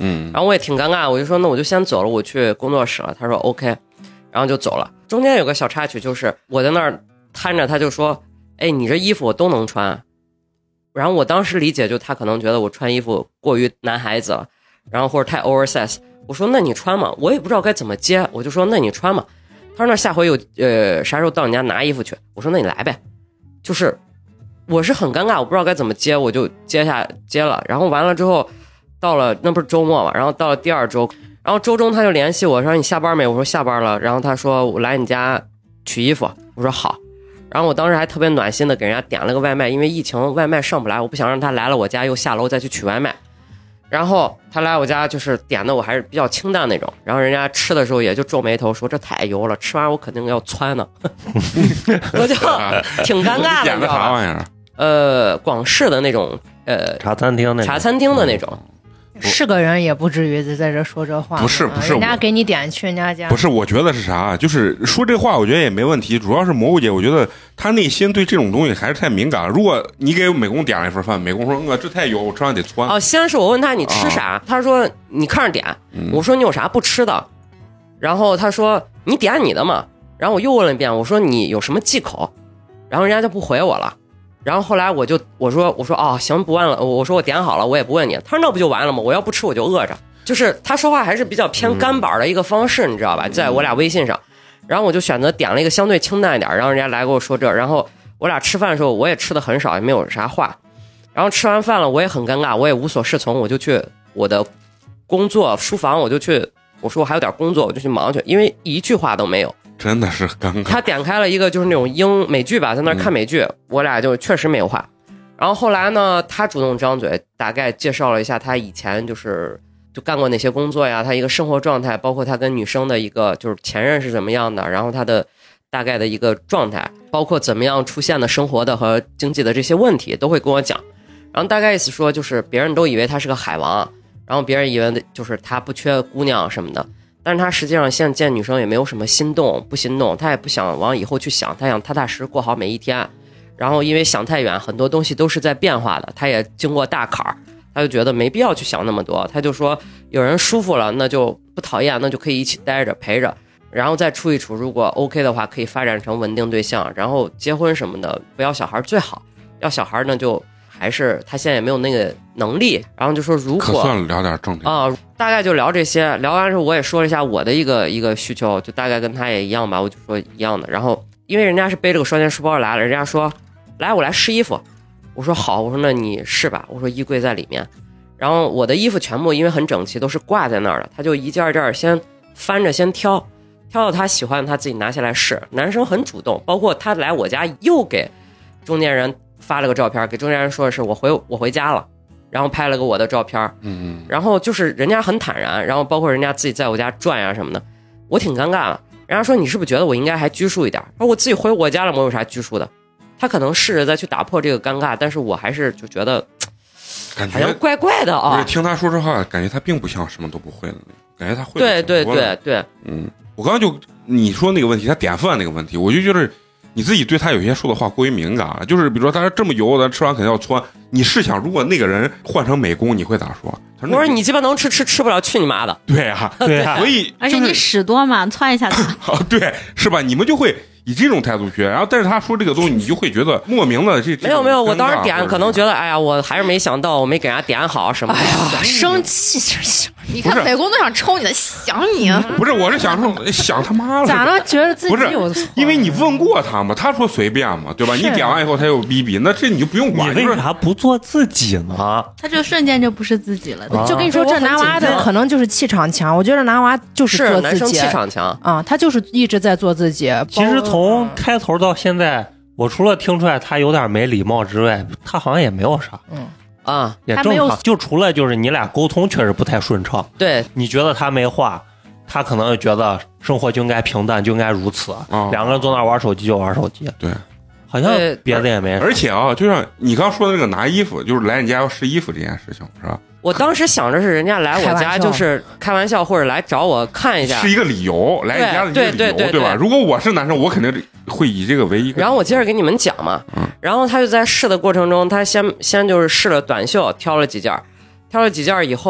嗯， 然后我也挺尴尬，我就说那我就先走了，我去工作室了。他说 OK， 然后就走了。中间有个小插曲，就是我在那儿摊着，他就说，哎，你这衣服我都能穿。然后我当时理解就他可能觉得我穿衣服过于男孩子了，然后或者太 oversize。我说那你穿嘛，我也不知道该怎么接，我就说那你穿嘛。他说那下回有呃啥时候到你家拿衣服去。我说那你来呗。就是我是很尴尬，我不知道该怎么接，我就接下接了。然后完了之后到了那不是周末嘛，然后到了第二周，然后周中他就联系我说你下班没？我说下班了。然后他说我来你家取衣服，我说好。然后我当时还特别暖心的给人家点了个外卖，因为疫情外卖上不来，我不想让他来了我家又下楼再去取外卖。然后他来我家就是点的我还是比较清淡那种，然后人家吃的时候也就皱眉头说这太油了，吃完我肯定要窜呢。我就挺尴尬的。 点的啥玩意儿？ 呃，广式的那种呃茶餐厅那种茶餐厅的那种。 是个人也不至于在这说这话， 不是不是， 人家给你点去人家家， 不是，我觉得是啥，就是说这话，我觉得也没问题。主要是蘑菇姐，我觉得她内心对这种东西还是太敏感了。如果你给美工点了一份饭，美工说我这太油，我吃完得窜。 哦，先是我问他你吃啥，啊、他说你看着点， 嗯、 我说你有啥不吃的，然后他说你点你的嘛，然后我又问了一遍，我说你有什么忌口，然后人家就不回我了。然后后来我就我说我说哦行不问了，我说我点好了我也不问你。他说那不就完了吗？我要不吃我就饿着。就是他说话还是比较偏干板的一个方式，嗯、你知道吧？在我俩微信上，然后我就选择点了一个相对清淡一点，然后人家来跟我说这，然后我俩吃饭的时候我也吃的很少，也没有啥话。然后吃完饭了我也很尴尬，我也无所适从，我就去我的工作书房，我就去我说我还有点工作，我就去忙去，因为一句话都没有。 真的是尴尬。 他点开了一个就是那种英美剧吧，在那看美剧，嗯、我俩就确实没有话。然后后来呢，他主动张嘴，大概介绍了一下他以前就是就干过哪些工作呀，他一个生活状态，包括他跟女生的一个就是前任是怎么样的，然后他的大概的一个状态，包括怎么样出现的生活的和经济的这些问题都会跟我讲。然后大概意思说就是别人都以为他是个海王，然后别人以为就是他不缺姑娘什么的。但是他实际上现在见女生也没有什么心动不心动，他也不想往以后去想，他想踏踏实过好每一天。然后因为想太远，很多东西都是在变化的，他也经过大坎儿，他就觉得没必要去想那么多。他就说有人舒服了那就不讨厌，那就可以一起待着陪着，然后再处一处，如果 OK 的话可以发展成稳定对象，然后结婚什么的，不要小孩最好，要小孩呢就还是他现在也没有那个能力。然后就说如果可算聊点正题啊、呃，大概就聊这些。聊完之后我也说了一下我的一个一个需求，就大概跟他也一样吧，我就说一样的。然后因为人家是背着个双肩书包来了，人家说来我来试衣服，我说好，我说那你试吧，我说衣柜在里面。然后我的衣服全部因为很整齐都是挂在那儿的，他就一件一件先翻着先挑，挑到他喜欢他自己拿下来试。男生很主动，包括他来我家又给中间人发了个照片，给中间人说的是我回我回家了，然后拍了个我的照片， 嗯， 然后就是人家很坦然，然后包括人家自己在我家转呀什么的，我挺尴尬的。人家说你是不是觉得我应该还拘束一点？说我自己回我家了，我有啥拘束的？他可能试着再去打破这个尴尬，但是我还是就觉得感觉好像怪怪的啊。 不是听他说这话，感觉他并不像什么都不会的那种，感觉他会。 对对对对， 嗯，我刚刚就你说那个问题，他点饭那个问题，我就觉得你自己对他有些说的话过于敏感了。就是比如说他这么油，咱吃完肯定要窜。你试想，如果那个人换成美工，你会咋说？他说我说你鸡巴能吃吃吃不了，去你妈的！ 对啊， 对啊， 所以、 而且你屎多嘛，窜一下子。 啊，对，是吧？你们就会以这种态度去，然后但是他说这个东西，你就会觉得莫名的这没有没有，我当时点可能觉得，哎呀，我还是没想到，我没给人家点好什么的。 哎呀，生气想你看美工都想抽你的，想你。 不是，我是想说想他妈了， 咋了？觉得自己有错？ 因为你问过他嘛，他说随便嘛，对吧？你点完以后他又逼逼，那这你就不用管。 你为啥不做自己呢？ 他就瞬间就不是自己了。 啊、就跟你说，这男娃的可能就是气场强。我觉得男娃就是做自己， 男生气场强啊，他就是一直在做自己。 其实从开头到现在，我除了听出来他有点没礼貌之外，他好像也没有啥。 嗯啊， 也正常。就除了就是你俩沟通确实不太顺畅。 对， 你觉得他没话，他可能觉得生活就应该平淡，就应该如此。 哦、 两个人坐那玩手机就玩手机。 对。 好像别的也没。 而且啊，就像你刚说的那个拿衣服，就是来你家要试衣服这件事情，是吧？ 我当时想着是人家来我家就是开玩笑，或者来找我看一下， 是一个理由，来你家的一个理由， 对, 对, 对, 对, 对吧？如果我是男生，我肯定会以这个为一个。 然后我接着给你们讲嘛， 嗯、 然后他就在试的过程中，他先先就是试了短袖，挑了几件，挑了几件以后，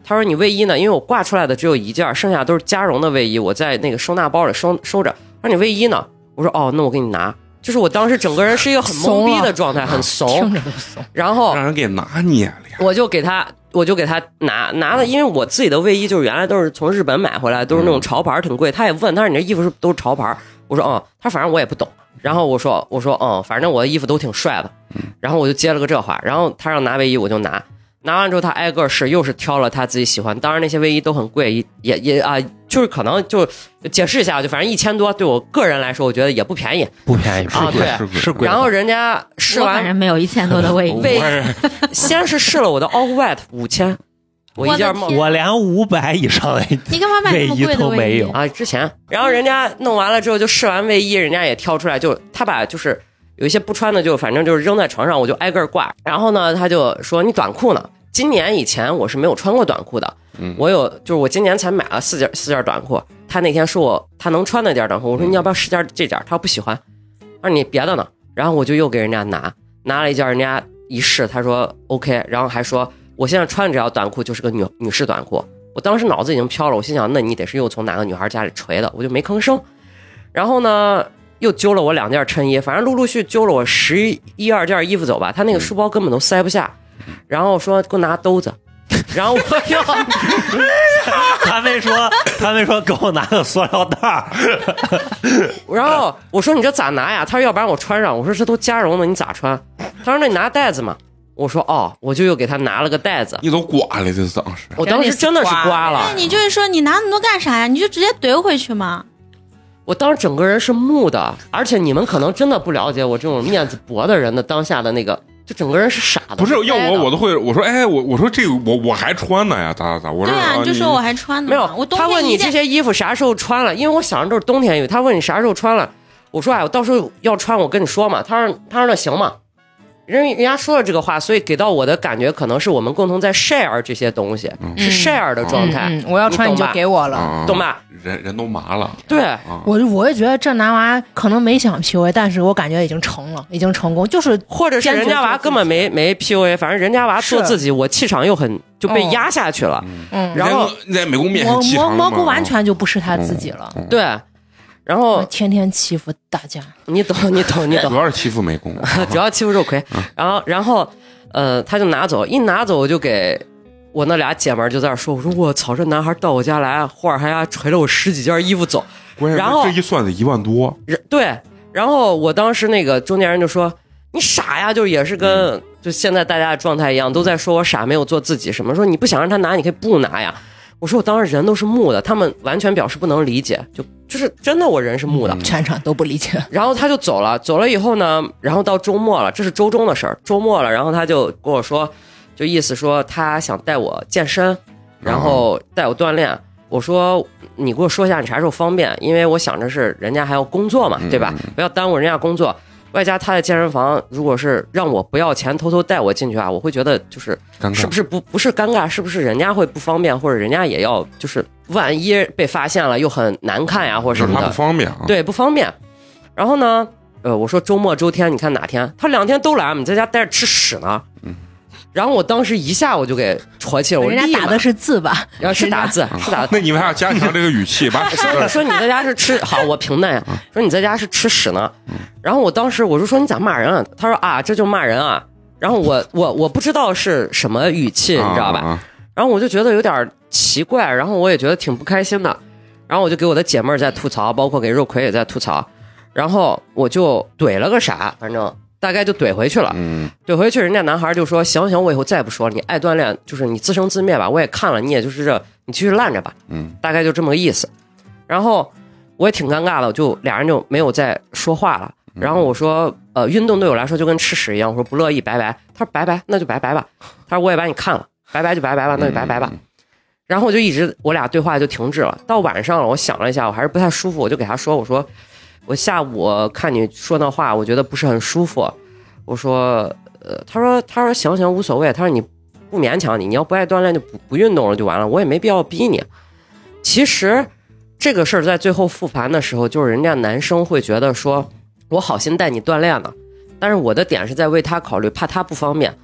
他说你卫衣呢？因为我挂出来的只有一件，剩下都是加绒的卫衣，我在那个收纳包里收收着。他说你卫衣呢？我说哦，那我给你拿。就是我当时整个人是一个很懵逼的状态，很怂， 听着都怂。 然后让人给拿捏了呀。 我就给他，我就给他拿拿的，因为我自己的卫衣就是原来都是从日本买回来，都是那种潮牌，挺贵。他也问，他说你这衣服是都是潮牌？我说嗯，他反正我也不懂。然后我说我说嗯，反正我的衣服都挺帅的。然后我就接了个这话，然后他让拿卫衣我就拿。拿完之后，他挨个试，又是挑了他自己喜欢。当然那些卫衣都很贵，也也啊，就是可能就解释一下，就反正一千多，对我个人来说，我觉得也不便宜， 不便宜啊，对， 是贵是贵。 然后人家试我反完， 正没有一千多的卫衣， 卫先是试了我的 Off White 五千，我一件帽， 我连五百以上的你干嘛买卫衣那么贵的卫衣都没有啊？之前，然后人家弄完了之后就试完卫衣，人家也挑出来，就他把就是有一些不穿的，就反正就是扔在床上，我就挨个挂。然后呢，他就说你短裤呢？今年以前我是没有穿过短裤的， 嗯、 我有就是我今年才买了四件四件短裤。他那天说我他能穿那件短裤，我说你要不要试件这件？他说不喜欢，他说你别的呢？然后我就又给人家拿拿了一件，人家一试，他说 OK， 然后还说我现在穿这条短裤就是个女女士短裤。我当时脑子已经飘了，我心想那你得是又从哪个女孩家里锤的，我就没吭声。然后呢又揪了我两件衬衣，反正陆陆续揪了我十一二件衣服走吧，他那个书包根本都塞不下。然后说给我拿兜子，然后我又他没说，他没说给我拿个塑料袋儿。 然后我说你这咋拿呀？他说要不然我穿上。我说这都加绒的，你咋穿？他说那你拿袋子嘛。我说哦，我就又给他拿了个袋子。 你都刮了，这当时。 我当时真的是刮了。 那你就是说你拿那么多干啥呀？你就直接怼回去嘛。 我当时整个人是木的，而且你们可能真的不了解我这种面子薄的人的当下的那个。就整个人是傻的， 不是要我我都会我说哎我我说这个我我还穿呢呀咋咋咋我说对啊，你就说我还穿呢， 没有我冬天他问你这些衣服啥时候穿了，因为我想着都是冬天衣服，他问你啥时候穿了，我说哎我到时候要穿我跟你说嘛，他说他说那行嘛，人人家说了这个话，所以给到我的感觉可能是我们共同在 share 这些东西，嗯、是 share 的状态、 嗯嗯，我要穿你就给我了， 嗯、 懂吧？ 人人都麻了， 对， 嗯、 我我也觉得这男娃可能没想 P U A， 但是我感觉已经成了，已经成功，就是或者是人家娃根本没没 P U A， 反正人家娃做自己，我气场又很就被压下去了， 嗯， 然后你在美工面前气场蘑菇完全就不是他自己了， 嗯、对，然后天天欺负大家， 你懂你懂你懂， 主要是欺负美工， 主要欺负肉葵，然后然后呃他就拿走，一拿走我就给。我那俩姐们儿就在那说，我说我操，这男孩到我家来，或者还还锤了我十几件衣服走，然后这一算得一万多， 对，然后我当时那个中间人就说你傻呀，就也是跟、嗯、就现在大家的状态一样，都在说我傻，没有做自己什么，说你不想让他拿，你可以不拿呀。我说我当时人都是木的，他们完全表示不能理解，就就是真的我人是木的， 全场都不理解。 然后他就走了，走了以后呢，然后到周末了，这是周中的事儿，周末了，然后他就跟我说。就意思说他想带我健身，然后带我锻炼。我说你给我说一下你啥时候方便，因为我想着是人家还要工作嘛，对吧？不要耽误人家工作。外加他的健身房，如果是让我不要钱偷偷带我进去啊，我会觉得就是是不是不不是尴尬，是不是人家会不方便，或者人家也要就是万一被发现了又很难看呀，或者什么的， 不方便啊。 对，不方便。然后呢，呃，我说周末周天你看哪天？他两天都来，你在家待着吃屎呢。嗯。然后我当时一下我就给戳气了，我人家打的是字吧？ 然后是打字，是打字。 那你们还要加强这个语气吧？ 说说你在家是吃好，我平淡呀。说你在家是吃屎呢。然后我当时我就说你咋骂人啊？他说啊，这就骂人啊。然后我我我不知道是什么语气，你知道吧？然后我就觉得有点奇怪，然后我也觉得挺不开心的。然后我就给我的姐妹在吐槽，包括给肉葵也在吐槽。然后我就怼了个啥，反正。大概就怼回去了，嗯，怼回去，人家男孩就说：“行行，我以后再也不说了，你爱锻炼就是你自生自灭吧，我也看了，你也就是这，你继续烂着吧，嗯，大概就这么个意思。”然后我也挺尴尬的，就俩人就没有再说话了。然后我说：“呃，运动对我来说就跟吃屎一样。”我说不乐意，拜拜。他说：“拜拜，那就拜拜吧。”他说：“我也把你看了，拜拜就拜拜吧，那就拜拜吧。”然后我就一直我俩对话就停滞了。到晚上了，我想了一下，我还是不太舒服，我就给他说：“我说。”我下午看你说那话，我觉得不是很舒服。我说，呃，他说，他说行行无所谓。他说你不勉强你，你要不爱锻炼就不不运动了就完了，我也没必要逼你。其实这个事儿在最后复盘的时候，就是人家男生会觉得说，我好心带你锻炼了，但是我的点是在为他考虑，怕他不方便。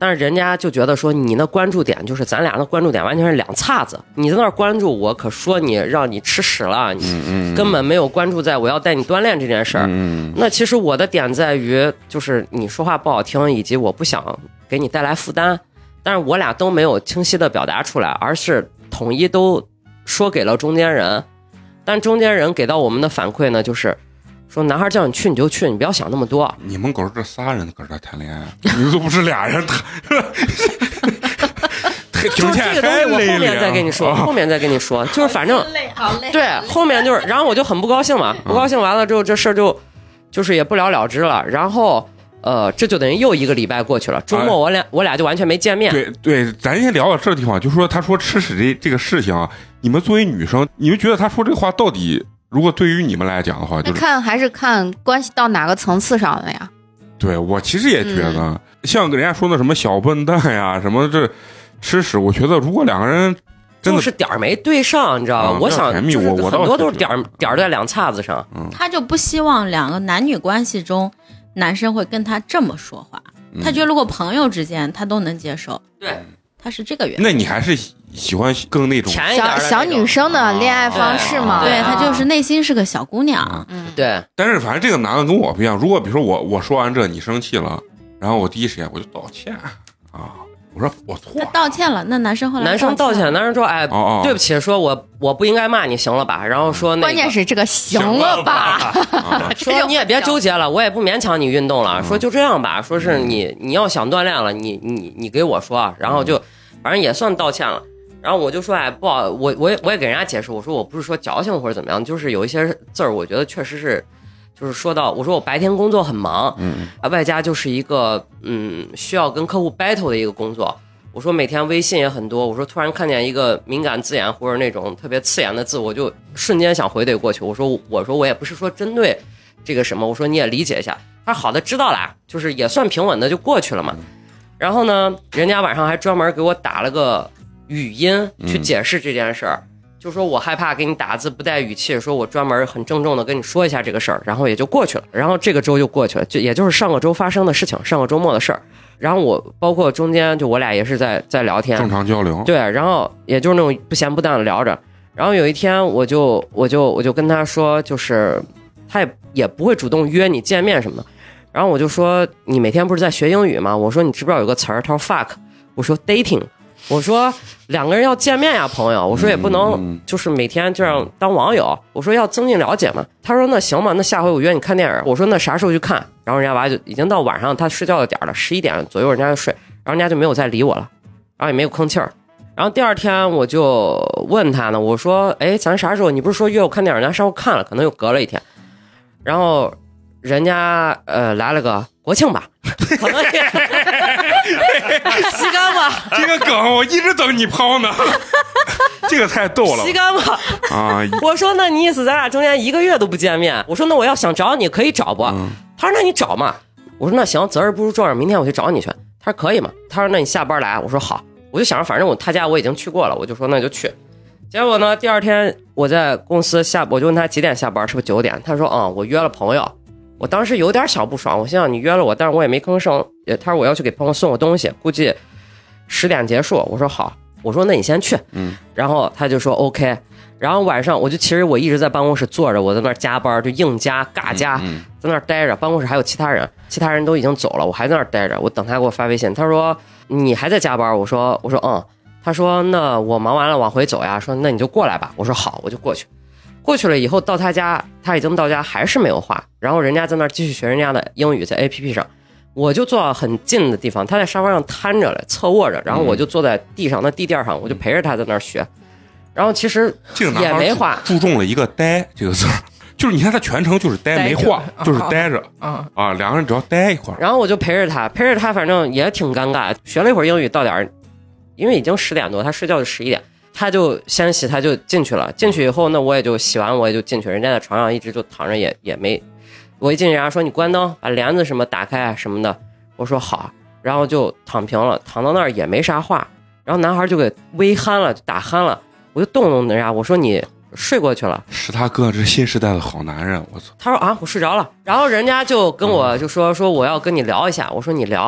但是人家就觉得说你那关注点就是咱俩的关注点完全是两岔子，你在那儿关注我，可说你让你吃屎了，你根本没有关注在我要带你锻炼这件事儿。 嗯， 那其实我的点在于，就是你说话不好听，以及我不想给你带来负担，但是我俩都没有清晰的表达出来，而是统一都说给了中间人，但中间人给到我们的反馈呢，就是说男孩叫你去你就去，你不要想那么多。 你们狗这仨人搁这谈恋爱，你都不是俩人谈， 就是这个东西我后面再跟你说，后面再跟你说，就是反正好累， 对，后面就是，然后我就很不高兴嘛，不高兴完了之后，这事儿就就是也不了了之了，然后。呃，这就等于又一个礼拜过去了。周末我俩、哎、我俩就完全没见面。 对对，咱先聊到这个地方，就说他说吃屎这这个事情啊，你们作为女生，你们觉得他说这个话到底，如果对于你们来讲的话，就是、 那看还是看关系到哪个层次上了呀？ 对我其实也觉得，嗯、像人家说的什么小笨蛋呀，什么这吃屎，我觉得如果两个人真的就是点儿没对上，你知道吧？ 啊、 我想就是我很多都是点儿点儿在两叉子上。 嗯， 他就不希望两个男女关系中。男生会跟他这么说话，他觉得如果朋友之间他都能接受， 对， 他是这个原因。 那你还是喜欢更那种小小女生的恋爱方式嘛？ 对，他就是内心是个小姑娘。 嗯，对。 但是反正这个男的跟我不一样，如果比如说我我说完这你生气了，然后我第一时间我就道歉啊。我说我错了， 他道歉了。那男生后来男生道歉，男生说：“哎， 哦哦对不起，说我我不应该骂你，行了吧？”然后说、那个， 关键是这个行了吧？ 啊、 说你也别纠结了，我也不勉强你运动了。说就这样吧，说是你你要想锻炼了，你你你给我说，然后就反正也算道歉了。然后我就说：“哎，不好，我我也我也给人家解释，我说我不是说矫情或者怎么样，就是有一些字儿，我觉得确实是。”就是说到，我说我白天工作很忙， 嗯啊，外加就是一个嗯需要跟客户 battle 的一个工作。我说每天微信也很多，我说突然看见一个敏感字眼或者那种特别刺眼的字，我就瞬间想回怼过去。我说我说我也不是说针对这个什么，我说你也理解一下。他说好的，知道啦，就是也算平稳的就过去了嘛。然后呢，人家晚上还专门给我打了个语音去解释这件事儿。嗯就说我害怕给你打字不带语气，说我专门很郑重的跟你说一下这个事儿，然后也就过去了。然后这个周就过去了，就也就是上个周发生的事情，上个周末的事儿。然后我包括中间就我俩也是在在聊天， 正常交流。 对，然后也就是那种不咸不淡的聊着。然后有一天我就我就我就跟他说，就是他也也不会主动约你见面什么的。然后我就说你每天不是在学英语吗？我说你知不知道有个词儿？他说 fuck， 我说 dating。我说两个人要见面呀，朋友。我说也不能就是每天这样当网友。我说要增进了解嘛。他说那行吧，那下回我约你看电影。我说那啥时候去看？然后人家娃就已经到晚上他睡觉的点了，十一点左右人家就睡，然后人家就没有再理我了，然后也没有吭气儿。然后第二天我就问他呢，我说哎，咱啥时候？你不是说约我看电影？人家上午看了，可能又隔了一天。然后人家呃来了个国庆吧，可能也吸干吧。 这个梗我一直等你抛呢，这个太逗了。 吸干吧啊！我说那你意思咱俩中间一个月都不见面？我说那我要想找你可以找不？嗯、他说那你找嘛。我说那行，择日不如撞日，明天我去找你去。他说可以嘛。他说那你下班来。我说好。我就想着反正我他家我已经去过了，我就说那就去。结果呢，第二天我在公司下，我就问他几点下班，是不是九点？他说嗯，我约了朋友。我当时有点小不爽，我心想你约了我，但是我也没吭声。他说我要去给朋友送个东西，估计十点结束。我说好，我说那你先去。 嗯， 然后他就说 OK。然后晚上我就其实我一直在办公室坐着，我在那儿加班，就硬加尬加， 嗯嗯、 在那儿待着。办公室还有其他人，其他人都已经走了，我还在那儿待着。我等他给我发微信，他说你还在加班？我说我说嗯。他说那我忙完了往回走呀。说那你就过来吧。我说好，我就过去。过去了以后到他家，他已经到家还是没有话，然后人家在那儿继续学人家的英语，在 A P P 上，我就坐到很近的地方，他在沙发上瘫着了，侧卧着，然后我就坐在地上的地垫上，我就陪着他在那儿学，然后其实也没话， 注重了一个呆这个字，就是你看他全程就是呆没话，就是呆着啊啊，两个人只要待一块儿， 然后我就陪着他，陪着他，反正也挺尴尬，学了一会儿英语，到点儿，因为已经十点多，他睡觉就十一点。他就先洗，他就进去了。进去以后呢，我也就洗完，我也就进去。人家在床上一直就躺着也，也也没。我一进去，人家说你关灯，把帘子什么打开什么的。我说好，然后就躺平了，躺到那儿也没啥话。然后男孩就给微鼾了，打鼾了。我就动动人家，我说你睡过去了。 是他哥，这新时代的好男人，我操！ 他说啊，我睡着了。然后人家就跟我就说说我要跟你聊一下。我说你聊。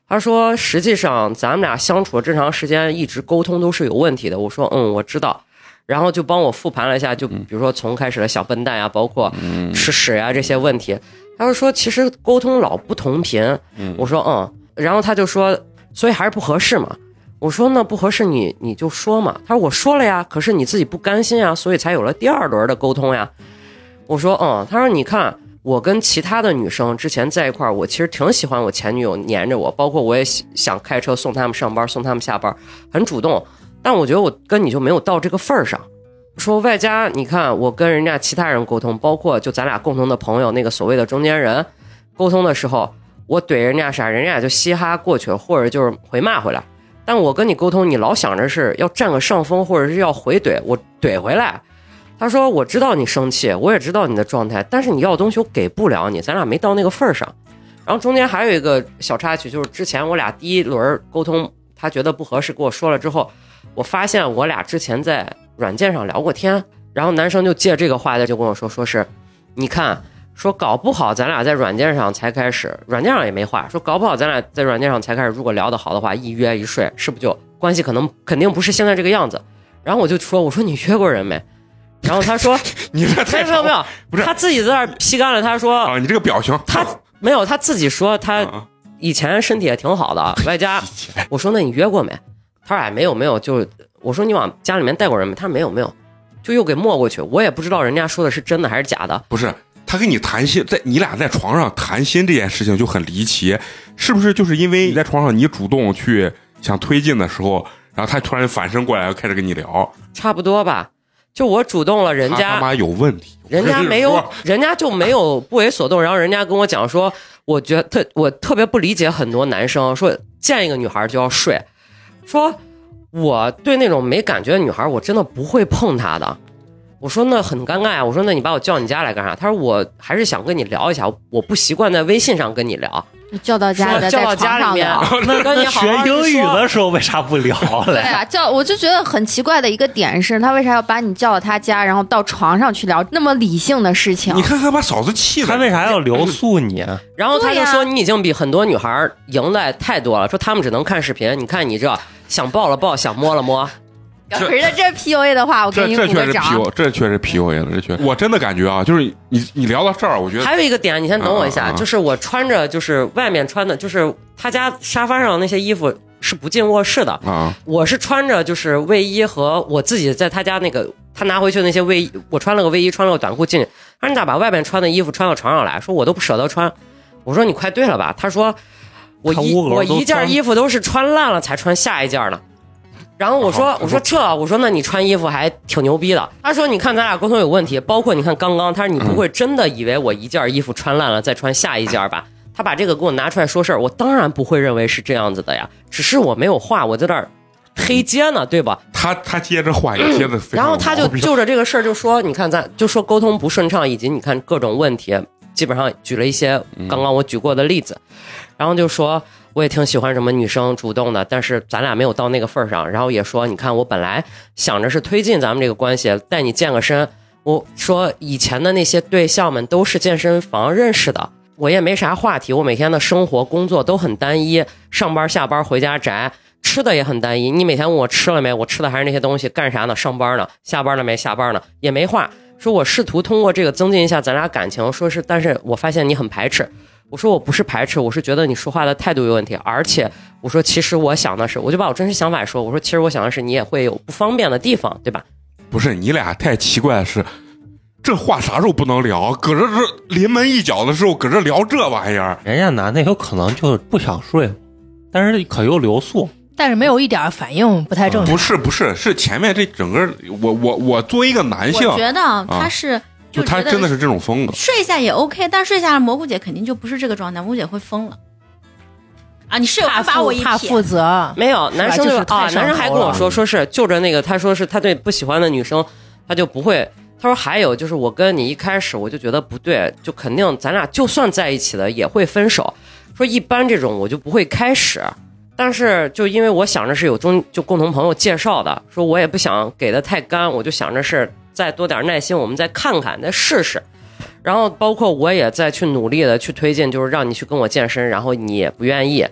他说实际上咱们俩相处了这长时间，一直沟通都是有问题的。我说嗯，我知道。然后就帮我复盘了一下，就比如说从开始的小笨蛋呀，包括吃屎呀这些问题。他就说其实沟通老不同频。我说嗯，然后他就说所以还是不合适嘛。我说那不合适你你就说嘛。他说我说了呀，可是你自己不甘心啊，所以才有了第二轮的沟通呀。我说嗯，他说你看我跟其他的女生之前在一块儿，我其实挺喜欢我前女友黏着我，包括我也想开车送他们上班送他们下班，很主动。但我觉得我跟你就没有到这个份儿上。说外加你看我跟人家其他人沟通，包括就咱俩共同的朋友那个所谓的中间人沟通的时候，我怼人家啥，人家就嘻哈过去了，或者就是回骂回来。但我跟你沟通，你老想着是要占个上风，或者是要回怼，我怼回来。他说我知道你生气，我也知道你的状态，但是你要的东西我给不了你，咱俩没到那个份儿上。然后中间还有一个小插曲，就是之前我俩第一轮沟通他觉得不合适跟我说了之后，我发现我俩之前在软件上聊过天，然后男生就借这个话题就跟我说，说是你看说搞不好咱俩在软件上才开始，软件上也没话说，搞不好咱俩在软件上才开始，如果聊得好的话，一约一睡是不是就关系可能肯定不是现在这个样子。然后我就说我说你约过人没？然后他说你这太没有没有， 不是他自己在那儿批干了，他说啊，你这个表情他没有，他自己说他以前身体也挺好的，外加我说那你约过没？他说哎没有没有，就我说你往家里面带过人没？他说没有没有，就又给抹过去。我也不知道人家说的是真的还是假的。 不是他跟你谈心，在你俩在床上谈心这件事情就很离奇，是不是？就是因为你在床上你主动去想推进的时候，然后他突然反身过来开始跟你聊， 差不多吧。就我主动了，人家他他妈有问题， 人家没有，人家就没有不为所动。然后人家跟我讲说，我觉得特我特别不理解很多男生说见一个女孩就要睡，说我对那种没感觉的女孩，我真的不会碰她的。我说那很尴尬啊，我说那你把我叫你家来干啥？他说我还是想跟你聊一下，我不习惯在微信上跟你聊。 叫到家里， 叫到家里面， 那跟你好好学英语的时候为啥不聊嘞？ 对啊，叫我就觉得很奇怪的一个点是，他为啥要把你叫到他家，然后到床上去聊那么理性的事情？ 你看看把嫂子气的， 他为啥要留宿你？ 然后他就说你已经比很多女孩赢的太多了，说他们只能看视频，你看你这想抱了抱，想摸了摸。 可是这 P U A 的话，我给你这这确实 P 掌 U， 这确实 P U A 了，这确实。我真的感觉啊，就是你你聊到这儿，我觉得还有一个点，你先等我一下， 啊啊啊就是我穿着就是外面穿的，就是他家沙发上那些衣服是不进卧室的啊， 我是穿着就是卫衣和我自己在他家那个他拿回去的那些卫衣，我穿了个卫衣，穿了个短裤进去，他说你咋把外面穿的衣服穿到床上来？说我都不舍得穿，我说你快对了吧？他说我一我一件衣服都是穿烂了才穿下一件呢。然后我说我说这我说那你穿衣服还挺牛逼的。他说你看咱俩沟通有问题，包括你看刚刚，他说你不会真的以为我一件衣服穿烂了再穿下一件吧？他把这个给我拿出来说事儿，我当然不会认为是这样子的呀，只是我没有话，我在那儿黑接呢，对吧？ 他他接着话也接的非常、嗯， 然后他就就着这个事儿就说，你看咱就说沟通不顺畅，以及你看各种问题，基本上举了一些刚刚我举过的例子，然后就说。我也挺喜欢什么女生主动的，但是咱俩没有到那个份上。然后也说，你看我本来想着是推进咱们这个关系，带你健个身。我说以前的那些对象们都是健身房认识的，我也没啥话题。我每天的生活工作都很单一，上班下班回家宅，吃的也很单一。你每天问我吃了没，我吃的还是那些东西，干啥呢？上班呢？下班了没？下班呢？也没话。说我试图通过这个增进一下咱俩感情，说是，但是我发现你很排斥。我说我不是排斥，我是觉得你说话的态度有问题，而且我说其实我想的是，我就把我真实想法说，我说其实我想的是你也会有不方便的地方，对吧？ 不是你俩太奇怪的是，这话啥时候不能聊？搁这这临门一脚的时候，搁这聊这玩意儿， 人家男的有可能就不想睡，但是可又留宿， 但是没有一点反应，不太正常。 不是不是，是前面这整个，我我我作为一个男性， 我觉得他是。啊就他真的是这种风格， 睡一下也 OK， 但睡下了蘑菇姐肯定就不是这个状态，蘑菇姐会疯了啊！你睡完把我一怕负责， 没有男生就啊，男生还跟我说，说是就着那个，他说是他对不喜欢的女生，他就不会。他说还有就是我跟你一开始我就觉得不对，就肯定咱俩就算在一起的也会分手。说一般这种我就不会开始，但是就因为我想着是有中就共同朋友介绍的，说我也不想给的太干，我就想着是。再多点耐心，我们再看看，再试试。然后包括我也再去努力的去推进，就是让你去跟我健身，然后你也不愿意。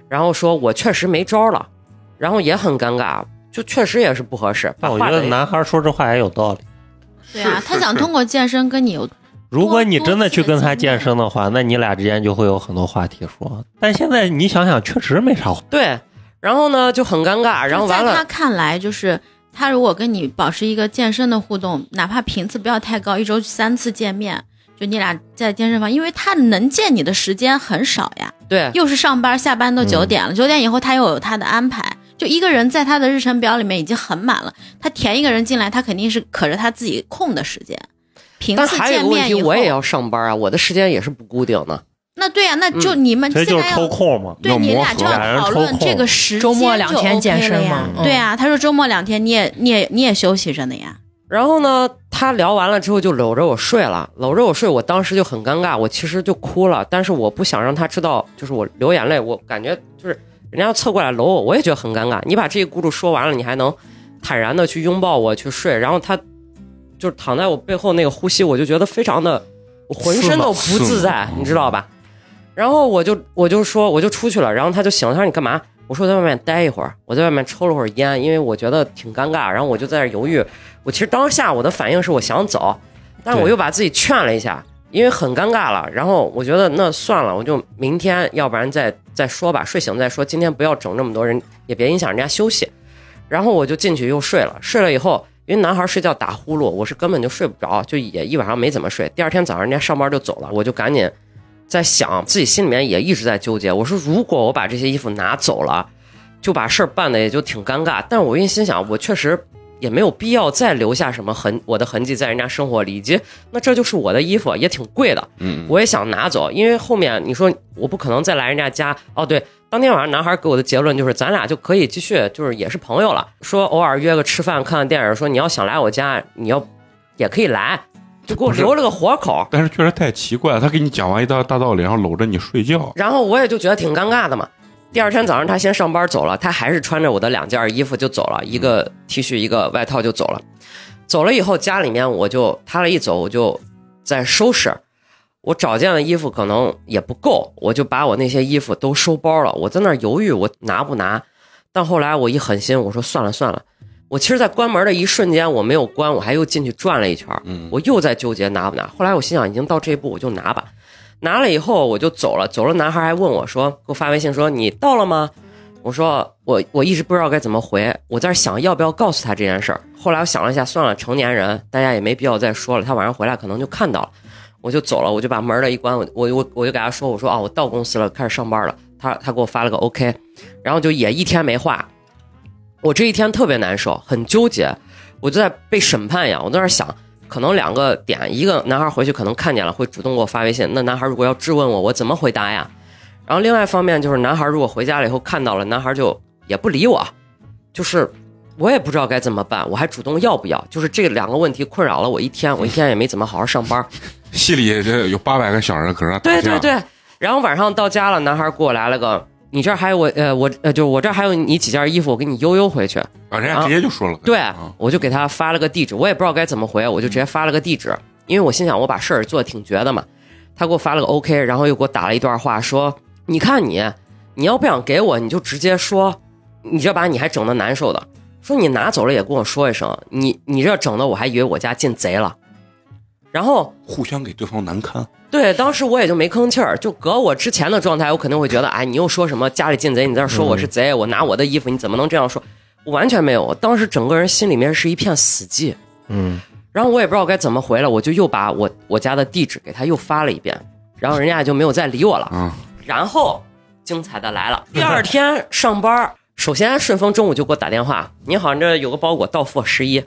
然后说我确实没招了，然后也很尴尬，就确实也是不合适。 但我觉得男孩说这话也有道理。 对啊，他想通过健身跟你有。 如果你真的去跟他健身的话，那你俩之间就会有很多话题说。但现在你想想，确实没啥话。 对，然后呢就很尴尬，然后完了。 在他看来，就是他如果跟你保持一个健身的互动，哪怕频次不要太高，一周三次见面，就你俩在健身房，因为他能见你的时间很少呀。 对， 又是上班，下班都九点了，九、嗯、点以后他又有他的安排。就一个人在他的日程表里面已经很满了，他填一个人进来，他肯定是可着他自己空的时间。 但还有一个问题，我也要上班啊，我的时间也是不固定的。 那对呀、啊，那就你们这、嗯、就是抽空嘛， 对你俩就要讨论这个时间， 周末两天健身嘛。 对啊，他说周末两天你也你也你也休息着呢呀。 然后呢，他聊完了之后就搂着我睡了，搂着我睡，我当时就很尴尬，我其实就哭了，但是我不想让他知道，就是我流眼泪，我感觉就是人家要侧过来搂我，我也觉得很尴尬。你把这个故事说完了，你还能坦然的去拥抱我去睡，然后他。就是躺在我背后那个呼吸，我就觉得非常的，我浑身都不自在，你知道吧？然后我就我就说我就出去了，然后他就醒了，他说你干嘛？我说我在外面待一会儿，我在外面抽了会儿烟，因为我觉得挺尴尬，然后我就在那犹豫。我其实当下我的反应是我想走，但是我又把自己劝了一下，因为很尴尬了。然后我觉得那算了，我就明天要不然再再说吧，睡醒再说，今天不要整这么多人，也别影响人家休息。然后我就进去又睡了，睡了以后。因为男孩睡觉打呼噜，我是根本就睡不着，就也一晚上没怎么睡。第二天早上人家上班就走了，我就赶紧在想，自己心里面也一直在纠结。我说如果我把这些衣服拿走了，就把事儿办的也就挺尴尬。但我一心想，我确实也没有必要再留下什么痕我的痕迹在人家生活里，以及那这就是我的衣服，也挺贵的，嗯，我也想拿走。因为后面你说我不可能再来人家家，哦对。当天晚上男孩给我的结论就是咱俩就可以继续就是也是朋友了，说偶尔约个吃饭看看电影，说你要想来我家你要也可以来，就给我留了个活口。 但是确实太奇怪了，他给你讲完一大大道理然后搂着你睡觉， 然后我也就觉得挺尴尬的嘛。第二天早上他先上班走了，他还是穿着我的两件衣服就走了，一个 T 恤一个外套就走了。走了以后家里面我就他了一走我就在收拾，我找件的衣服可能也不够，我就把我那些衣服都收包了。我在那儿犹豫我拿不拿，但后来我一狠心，我说算了算了。我其实在关门的一瞬间我没有关，我还又进去转了一圈，我又在纠结拿不拿。后来我心想已经到这一步我就拿吧，拿了以后我就走了。走了男孩还问我说，给我发微信说你到了吗？我说我我一直不知道该怎么回，我在想要不要告诉他这件事儿。后来我想了一下，算了，成年人大家也没必要再说了，他晚上回来可能就看到了。我就走了，我就把门的一关，我我我就给他说，我说啊，我到公司了，开始上班了。他他给我发了个 OK， 然后就也一天没话。我这一天特别难受，很纠结，我就在被审判一样。我在那想，可能两个点，一个男孩回去可能看见了，会主动给我发微信。那男孩如果要质问我，我怎么回答呀？然后另外一方面就是男孩如果回家了以后看到了，男孩就也不理我，就是我也不知道该怎么办，我还主动要不要？就是这两个问题困扰了我一天，我一天也没怎么好好上班。 戏里这有八百个小人可是他对对对。然后晚上到家了，男孩给我来了个，你这儿还有我呃我呃就我这儿还有你几件衣服，我给你悠悠回去。 啊，人家直接就说了。 对，我就给他发了个地址，我也不知道该怎么回，我就直接发了个地址，因为我心想我把事儿做得挺绝的嘛。他给我发了个 OK， 然后又给我打了一段话，说你看你，你要不想给我，你就直接说，你这把你还整得难受的，说你拿走了也跟我说一声，你你这整的我还以为我家进贼了。然后互相给对方难堪。 对，当时我也就没吭气儿，就搁我之前的状态，我肯定会觉得，哎，你又说什么家里进贼，你在这说我是贼，嗯、我拿我的衣服，你怎么能这样说？我完全没有，我当时整个人心里面是一片死寂。 嗯， 然后我也不知道该怎么回了，我就又把我我家的地址给他又发了一遍，然后人家就没有再理我了。 嗯， 然后精彩的来了，第二天上班，首先顺丰中午就给我打电话，你好，你这有个包裹到付十一。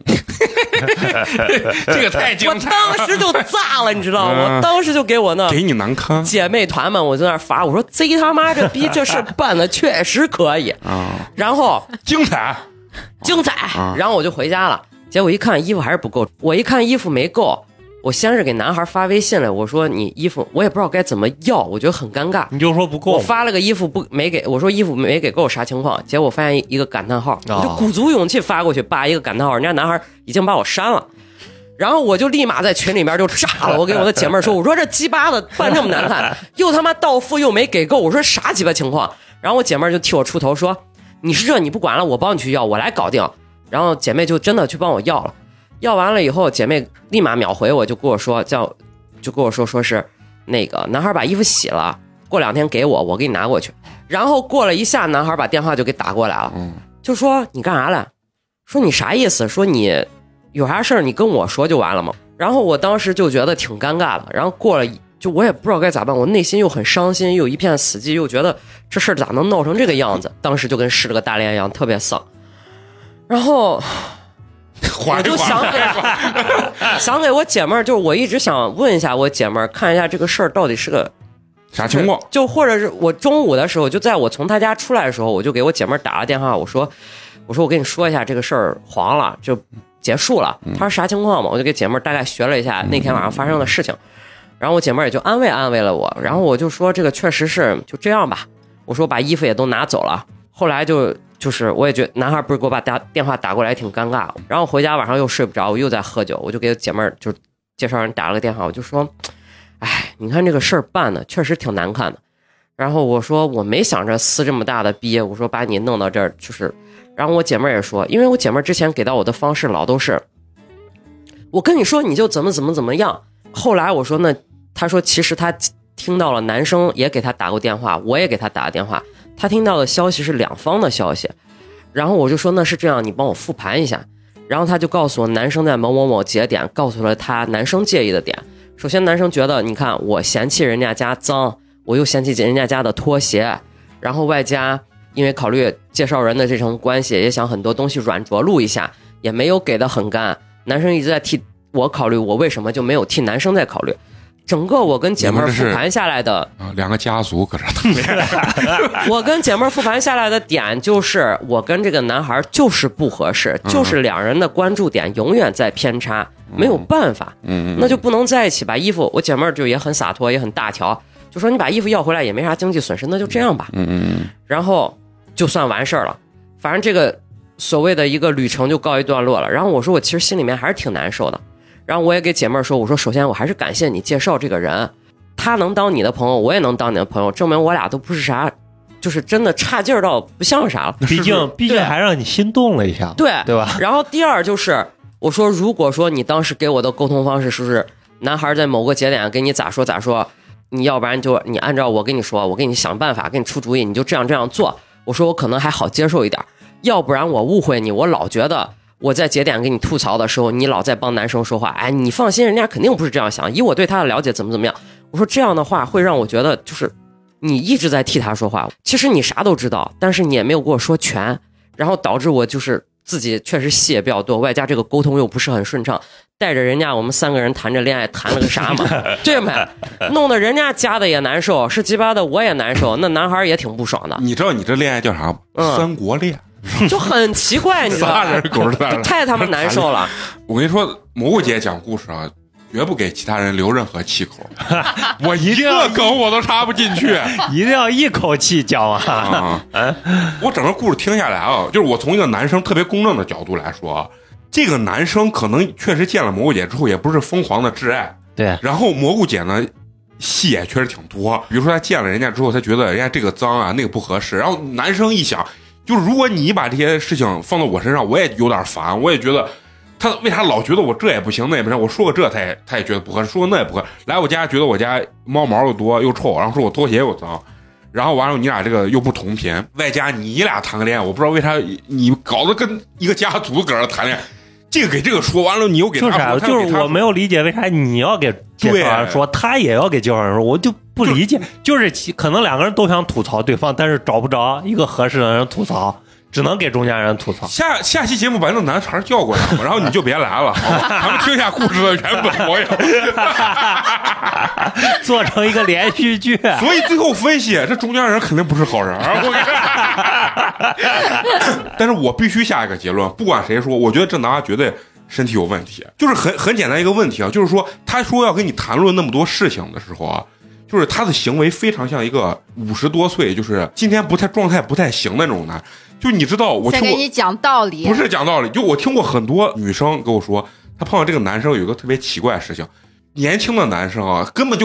这个太精彩了， 我当时就炸了，你知道吗？嗯、我当时就给我那给你难堪姐妹团们，我在那发，我说贼他妈这逼这事办的确实可以啊，然后精彩精彩、啊，然后我就回家了。结果一看衣服还是不够，我一看衣服没够，我先是给男孩发微信了，我说你衣服我也不知道该怎么要，我觉得很尴尬， 你就说不够。 我发了个衣服不没给，我说衣服没给够啥情况？结果我发现一个感叹号， 哦、 我就鼓足勇气发过去，扒一个感叹号，人家男孩已经把我删了。然后我就立马在群里面就炸了，我给我的姐妹说，我说这鸡巴的办这么难看，又他妈到付又没给够，我说啥鸡巴情况？ 然后我姐妹就替我出头说，你是这你不管了，我帮你去要，我来搞定。然后姐妹就真的去帮我要了，要完了以后，姐妹立马秒回我，就跟我说叫，就跟我说说是那个男孩把衣服洗了，过两天给我，我给你拿过去。然后过了一下，男孩把电话就给打过来了，就说你干啥了？说你啥意思？说你有啥事儿你跟我说就完了吗？然后我当时就觉得挺尴尬的，然后过了就我也不知道该咋办，我内心又很伤心，又一片死寂，又觉得这事儿咋能闹成这个样子？当时就跟失了个大恋一样，特别丧。然后我就想给想给我姐妹儿，就是我一直想问一下我姐妹儿，看一下这个事儿到底是个啥情况？ 就或者是我中午的时候，就在我从她家出来的时候，我就给我姐妹儿打了电话，我说我说我跟你说一下这个事儿黄了，就结束了。她说啥情况嘛？我就给姐妹儿大概学了一下那天晚上发生的事情，然后我姐妹儿也就安慰安慰了我，然后我就说这个确实是就这样吧，我说把衣服也都拿走了。后来就就是我也觉得男孩不是给我把打电话打过来挺尴尬，然后回家晚上又睡不着，我又在喝酒，我就给我姐妹儿就介绍人打了个电话，我就说哎，你看这个事儿办的确实挺难看的。然后我说我没想着撕这么大的逼，我说把你弄到这儿就是，然后我姐妹儿也说，因为我姐妹儿之前给到我的方式老都是我跟你说你就怎么怎么怎么样。后来我说那她说其实她听到了男生也给她打过电话，我也给她打了电话，她听到的消息是两方的消息。然后我就说那是这样，你帮我复盘一下。然后她就告诉我男生在某某某节点告诉了她男生介意的点。首先男生觉得你看我嫌弃人家家脏，我又嫌弃人家家的拖鞋，然后外加因为考虑介绍人的这层关系，也想很多东西软着陆一下，也没有给的很干。男生一直在替我考虑，我为什么就没有替男生在考虑。整个我跟姐妹复盘下来的啊，两个家族可是我跟姐妹复盘下来的点就是我跟这个男孩就是不合适，嗯、就是两人的关注点永远在偏差，嗯、没有办法，嗯，那就不能在一起。把衣服，我姐妹就也很洒脱，也很大条，就说你把衣服要回来也没啥经济损失，那就这样吧，嗯嗯，然后就算完事儿了。反正这个所谓的一个旅程就告一段落了。然后我说我其实心里面还是挺难受的。然后我也给姐妹儿说，我说首先我还是感谢你介绍这个人，他能当你的朋友，我也能当你的朋友，证明我俩都不是啥，就是真的差劲儿到不像啥了。 毕竟毕竟还让你心动了一下， 对对吧？ 然后第二就是我说，如果说你当时给我的沟通方式是不是男孩在某个节点给你咋说咋说，你要不然就你按照我跟你说，我给你想办法，给你出主意，你就这样这样做，我说我可能还好接受一点。要不然我误会你，我老觉得我在节点给你吐槽的时候，你老在帮男生说话，哎，你放心，人家肯定不是这样想，以我对他的了解怎么怎么样。我说这样的话会让我觉得就是你一直在替他说话，其实你啥都知道，但是你也没有跟我说全，然后导致我就是自己确实戏也比较多，外加这个沟通又不是很顺畅，带着人家我们三个人谈着恋爱谈了个啥嘛，对没？弄得人家家的也难受，是鸡巴的我也难受，那男孩也挺不爽的。 你知道你这恋爱叫啥吗？嗯、三国恋。 就很奇怪，你知道吗？ 仨人狗日太他妈难受了。 我跟你说，蘑菇姐讲故事啊，绝不给其他人留任何气口。我一个梗我都插不进去， 一定要一口气讲完。 啊啊、我整个故事听下来啊，就是我从一个男生特别公正的角度来说啊，这个男生可能确实见了蘑菇姐之后，也不是疯狂的挚爱。 对。 然后蘑菇姐呢，戏也确实挺多。比如说他见了人家之后，他觉得人家这个脏啊，那个不合适。然后男生一想。就是如果你把这些事情放到我身上，我也有点烦，我也觉得他为啥老觉得我这也不行那也不行，我说个这他也他也觉得不合适，说个那也不合适，来我家觉得我家猫毛又多又臭，然后说我拖鞋又脏，然后完了你俩这个又不同频，外加你俩谈个恋爱，我不知道为啥你搞得跟一个家族搁这谈恋爱，这个给这个说完了，你又给他说， 就是就是我没有理解为啥你要给介绍人说，他也要给介绍人说，我就不理解，就是可能两个人都想吐槽对方，但是找不着一个合适的人吐槽，只能给中间人吐槽。 下下期节目把那男孩叫过来，然后你就别来了，好吧？咱们听一下故事的原本模样， 做成一个连续剧。 所以最后分析，这中间人肯定不是好人。但是我必须下一个结论，不管谁说，我觉得这男孩绝对身体有问题，就是很很简单一个问题啊，就是说他说要跟你谈论那么多事情的时候啊，就是他的行为非常像一个五十多岁，就是今天不太状态不太行的那种男。就你知道，我听过， 在给你讲道理， 不是讲道理，就我听过很多女生跟我说，她碰到这个男生有一个特别奇怪的事情，年轻的男生啊，根本就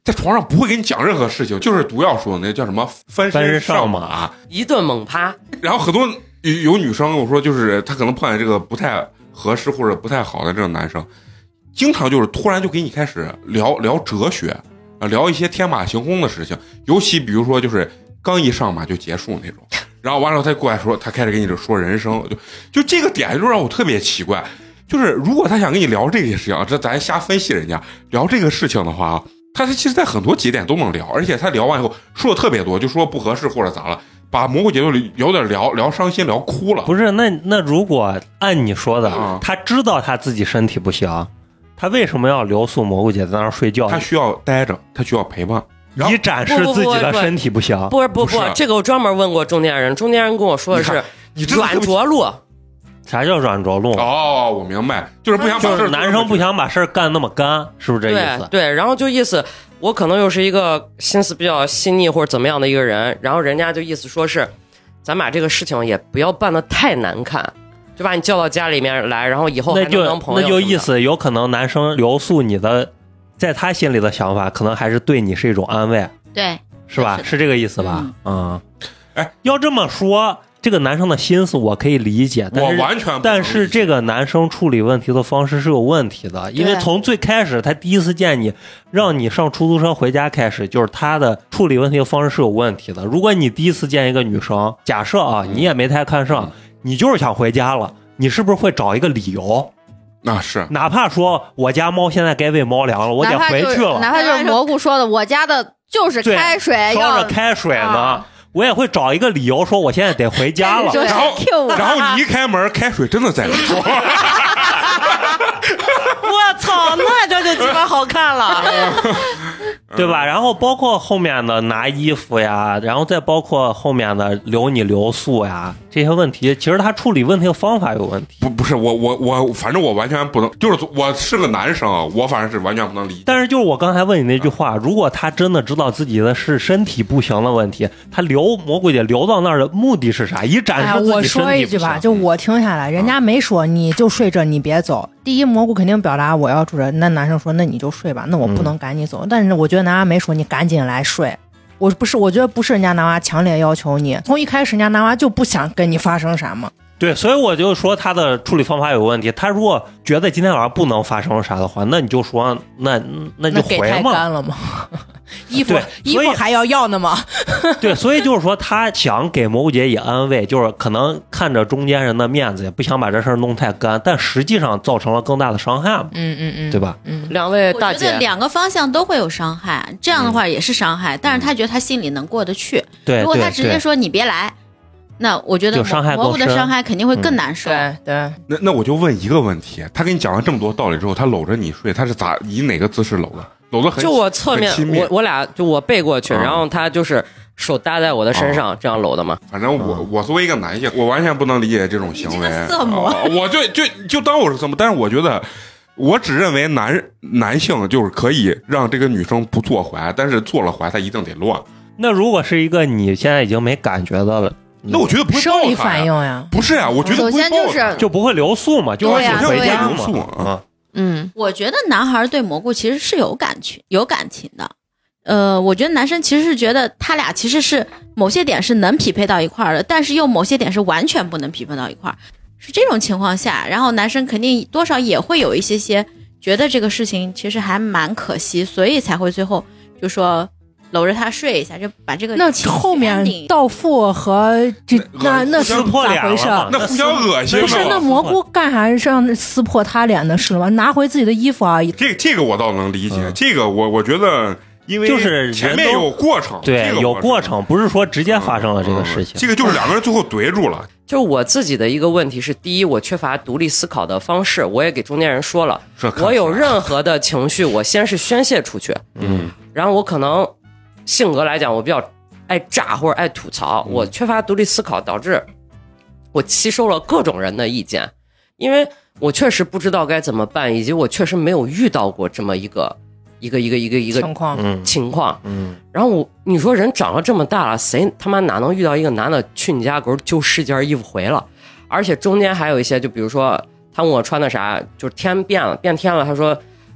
在床上不会跟你讲任何事情，就是毒药说的那叫什么翻身上马， 一顿猛趴。 然后很多有有女生跟我说，就是她可能碰见这个不太合适或者不太好的这种男生，经常就是突然就给你开始聊聊哲学啊，聊一些天马行空的事情，尤其比如说就是刚一上马就结束那种，然后完了他过来说，他开始跟你这说人生，就就这个点就让我特别奇怪，就是如果他想跟你聊这些事情，这咱瞎分析人家聊这个事情的话，他其实在很多节点都能聊，而且他聊完以后说的特别多，就说不合适或者咋了，把蘑菇姐都有点聊聊伤心聊哭了。 不是，那那如果按你说的， 嗯、 他知道他自己身体不行，他为什么要留宿蘑菇姐在那儿睡觉？ 他需要待着，他需要陪伴。 以展示自己的身体不行。 不是不不，这个我专门问过中间人，中间人跟我说的是软着陆。 啥叫软着陆？ 哦，我明白，就是不想把就是男生不想把事儿干那么干，是不是这意思？ 对对，然后就意思我可能又是一个心思比较细腻或者怎么样的一个人，然后人家就意思说是，咱把这个事情也不要办得太难看，就把你叫到家里面来，然后以后还能当朋友。 那就意思有可能男生留宿你的。在他心里的想法，可能还是对你是一种安慰， 对， 是吧？是这个意思吧？ 嗯， 嗯哎，要这么说，这个男生的心思我可以理解，但是我完全不但是这个男生处理问题的方式是有问题的，因为从最开始他第一次见你，让你上出租车回家开始，就是他的处理问题的方式是有问题的。如果你第一次见一个女生，假设啊，你也没太看上，嗯、你就是想回家了，你是不是会找一个理由？ 那、啊、是， 哪怕说我家猫现在该喂猫粮了，我得回去了。 哪怕就是蘑菇说的，我家的就是开水， 烧着开水呢、啊，我也会找一个理由说我现在得回家了。 然后，然后你一开门，开水真的在里头。 我操，那这就鸡巴好看了， 对吧？然后包括后面的拿衣服呀，然后再包括后面的留你留宿呀，这些问题，其实他处理问题的方法有问题。 不，不是我我我，反正我完全不能，就是我是个男生，我反正是完全不能理解。 但是就是我刚才问你那句话，如果他真的知道自己的是身体不行的问题，他留蘑菇姐留到那儿的目的是啥？以展示自己身体不行。哎、 我说一句吧，就我听下来，人家没说你就睡着，你别走。第一，蘑菇肯定表达我要住着，那男生说那你就睡吧，那我不能赶你走。嗯、但是我觉得男娃没说你赶紧来睡，我不是，我觉得不是人家男娃强烈要求你，从一开始人家男娃就不想跟你发生啥嘛。 对，所以我就说他的处理方法有问题。他如果觉得今天晚上不能发生啥的话，那你就说那那就回嘛。 那给太干了吗？衣服衣服还要要呢吗？ 对，所以就是说他想给蘑菇姐以安慰，就是可能看着中间人的面子，也不想把这事儿弄太干，但实际上造成了更大的伤害嘛。 嗯嗯嗯， 对吧？ 嗯， 两位大姐， 我觉得两个方向都会有伤害，这样的话也是伤害，嗯、但是他觉得他心里能过得去。 对， 如果他直接说你别来。那我觉得蘑菇的伤害肯定会更难受。 嗯、对对。 那那我就问一个问题，他跟你讲了这么多道理之后，他搂着你睡，他是咋以哪个姿势搂的？搂的很就我侧面，我我俩就我背过去， 嗯、 然后他就是手搭在我的身上，嗯、这样搂的嘛。 反正我、嗯、我作为一个男性，我完全不能理解这种行为。 色魔、 啊，我就就就当我是这么，但是我觉得。我只认为男男性就是可以让这个女生不做怀，但是做了怀，他一定得乱。 那如果是一个你现在已经没感觉的了。 那我觉得不会生理反应呀， 不是呀、啊，我觉得首先就是就不会留宿嘛，就会回家留宿啊。 嗯， 我觉得男孩对蘑菇其实是有感情、有感情的。呃，我觉得男生其实是觉得他俩其实是某些点是能匹配到一块儿的，但是又某些点是完全不能匹配到一块儿。是这种情况下，然后男生肯定多少也会有一些些觉得这个事情其实还蛮可惜，所以才会最后就说。搂着他睡一下，就把这个那后面道父和这那那是咋回事？ 那互相恶心。 不是那蘑菇干啥是让撕破他脸的事了吗？拿回自己的衣服啊！ 这这个我倒能理解，嗯、这个我我觉得，因为就是前面有过程， 对， 这个、 有过程，不是说直接发生了这个事情。 嗯嗯、这个就是两个人最后怼住了。 就是我自己的一个问题是，第一，我缺乏独立思考的方式，我也给中间人说了，我有任何的情绪，我先是宣泄出去， 嗯， 然后我可能。性格来讲，我比较爱炸或者爱吐槽，我缺乏独立思考，导致我吸收了各种人的意见，因为我确实不知道该怎么办，以及我确实没有遇到过这么一个一个一个一个一个情况， 情况， 嗯， 然后我你说人长了这么大了，谁他妈哪能遇到一个男的去你家狗就十件衣服回了，而且中间还有一些，就比如说他问我穿的啥，就是天变了，变天了，他说。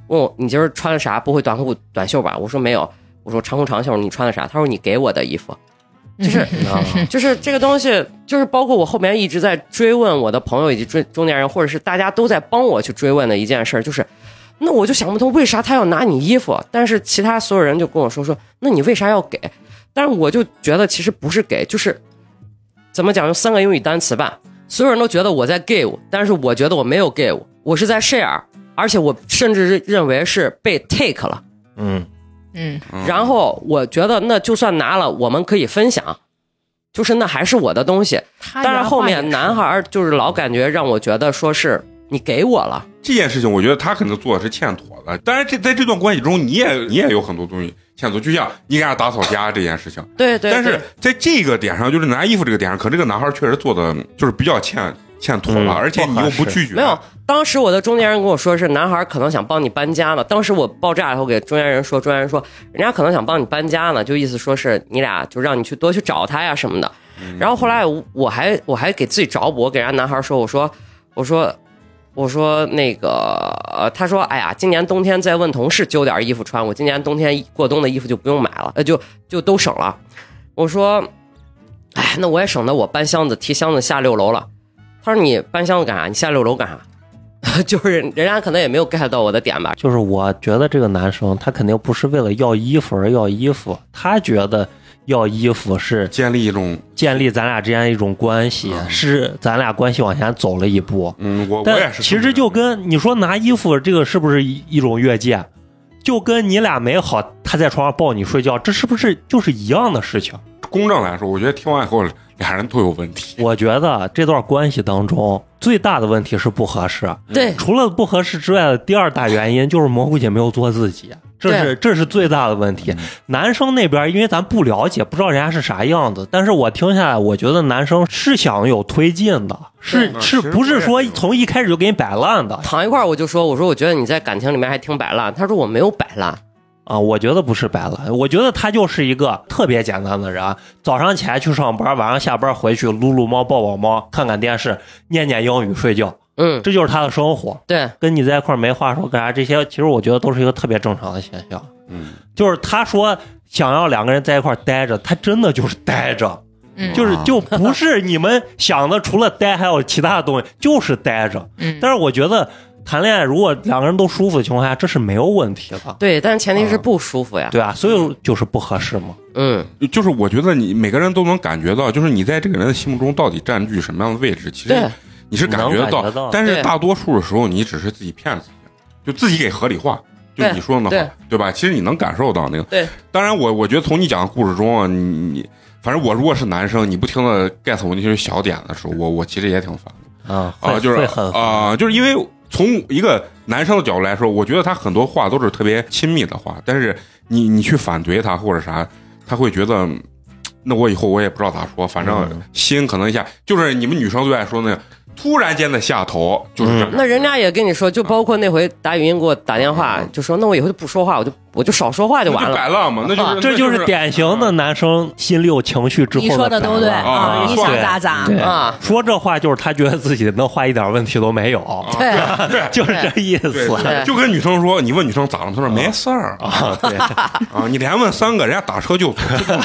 问我你今儿穿的啥？不会短裤短袖吧？我说没有，我说长裤长袖。你穿的啥？他说你给我的衣服。就是就是这个东西，就是包括我后面一直在追问我的朋友以及追中年人，或者是大家都在帮我去追问的一件事，就是那我就想不通为啥他要拿你衣服，但是其他所有人就跟我说说，那你为啥要给？但是我就觉得其实不是给，就是怎么讲，用三个英语单词吧，所有人都觉得我在 give， 但是我觉得我没有 give， 我是在 share， 而且我甚至认为是被 take 了。 嗯嗯， 然后我觉得那就算拿了，我们可以分享，就是那还是我的东西。但是后面男孩就是老感觉让我觉得说是你给我了这件事情，我觉得他可能做的是欠妥的。当然，这在这段关系中，你也你也有很多东西欠妥，就像你给他打扫家这件事情。 对对对。 但是在这个点上，就是拿衣服这个点上，可这个男孩确实做的就是比较欠欠妥了， 嗯、 而且你又不拒绝。 没有，当时我的中间人跟我说是男孩可能想帮你搬家呢。当时我爆炸以后给中间人说，中间人说人家可能想帮你搬家呢，就意思说是你俩就让你去多去找他呀什么的。嗯、然后后来我还我还给自己找补，我给人家男孩说，我说我说。我说那个，呃，他说，哎呀，今年冬天再问同事揪点衣服穿，我今年冬天过冬的衣服就不用买了，呃，就就都省了。我说，哎，那我也省得我搬箱子提箱子下六楼了。他说你搬箱子干啥？你下六楼干啥？就是人家可能也没有 get 到我的点吧。 就是我觉得这个男生他肯定不是为了要衣服而要衣服，他觉得要衣服是建立一种建立咱俩之间一种关系，嗯、是咱俩关系往前走了一步。 嗯，我我也是。 其实就跟你说拿衣服这个是不是一种越界？就跟你俩没好，他在床上抱你睡觉，这是不是就是一样的事情？ 公正来说，我觉得听完以后俩人都有问题。 我觉得这段关系当中最大的问题是不合适。 对， 除了不合适之外的第二大原因就是蘑菇姐没有做自己。这是这是最大的问题。男生那边因为咱不了解，不知道人家是啥样子，但是我听下来，我觉得男生是想有推进的，是是不是说从一开始就给你摆烂的？ 躺一块我就说，我说我觉得你在感情里面还挺摆烂，他说我没有摆烂。 啊，我觉得不是摆烂，我觉得他就是一个特别简单的人，早上起来去上班，晚上下班回去撸撸猫、抱抱猫、看看电视、念念英语、睡觉。 嗯， 这就是他的生活。 对， 跟你在一块没话说干啥，这些其实我觉得都是一个特别正常的现象。 嗯， 就是他说想要两个人在一块待着，他真的就是待着，嗯、就是就不是你们想的除了待还有其他的东西，就是待着。嗯，但是我觉得谈恋爱如果两个人都舒服的情况下，这是没有问题的。 对，但前提是不舒服呀。 啊对啊，所以就是不合适嘛。 嗯， 就是我觉得你每个人都能感觉到，就是你在这个人的心目中到底占据什么样的位置，其实你是感觉得到， 到但是大多数的时候你只是自己骗自己，就自己给合理化。就你说的那好，对吧？其实你能感受到那个。 对， 当然我我觉得从你讲的故事中啊，你你反正我如果是男生，你不停的 get 我那些小点的时候，我我其实也挺烦的啊啊，就是啊、呃，就是因为从一个男生的角度来说，我觉得他很多话都是特别亲密的话，但是你你去反怼他或者啥，他会觉得。那我以后我也不知道咋说，反正心可能一下就是你们女生最爱说那个突然间的下头，就是这样、嗯。 那人家也跟你说，就包括那回打语音给我打电话，就说那我以后就不说话，我就我就少说话就完了。 那就摆烂嘛，那就是、啊、 这就是典型的男生心里有情绪之后的。 你说的都对啊， 啊你想咋咋啊。 说这话就是他觉得自己能话一点问题都没有， 对， 就是这意思。 就跟女生说，你问女生咋了，她说没事儿啊，对啊，你连问三个，人家打车就走。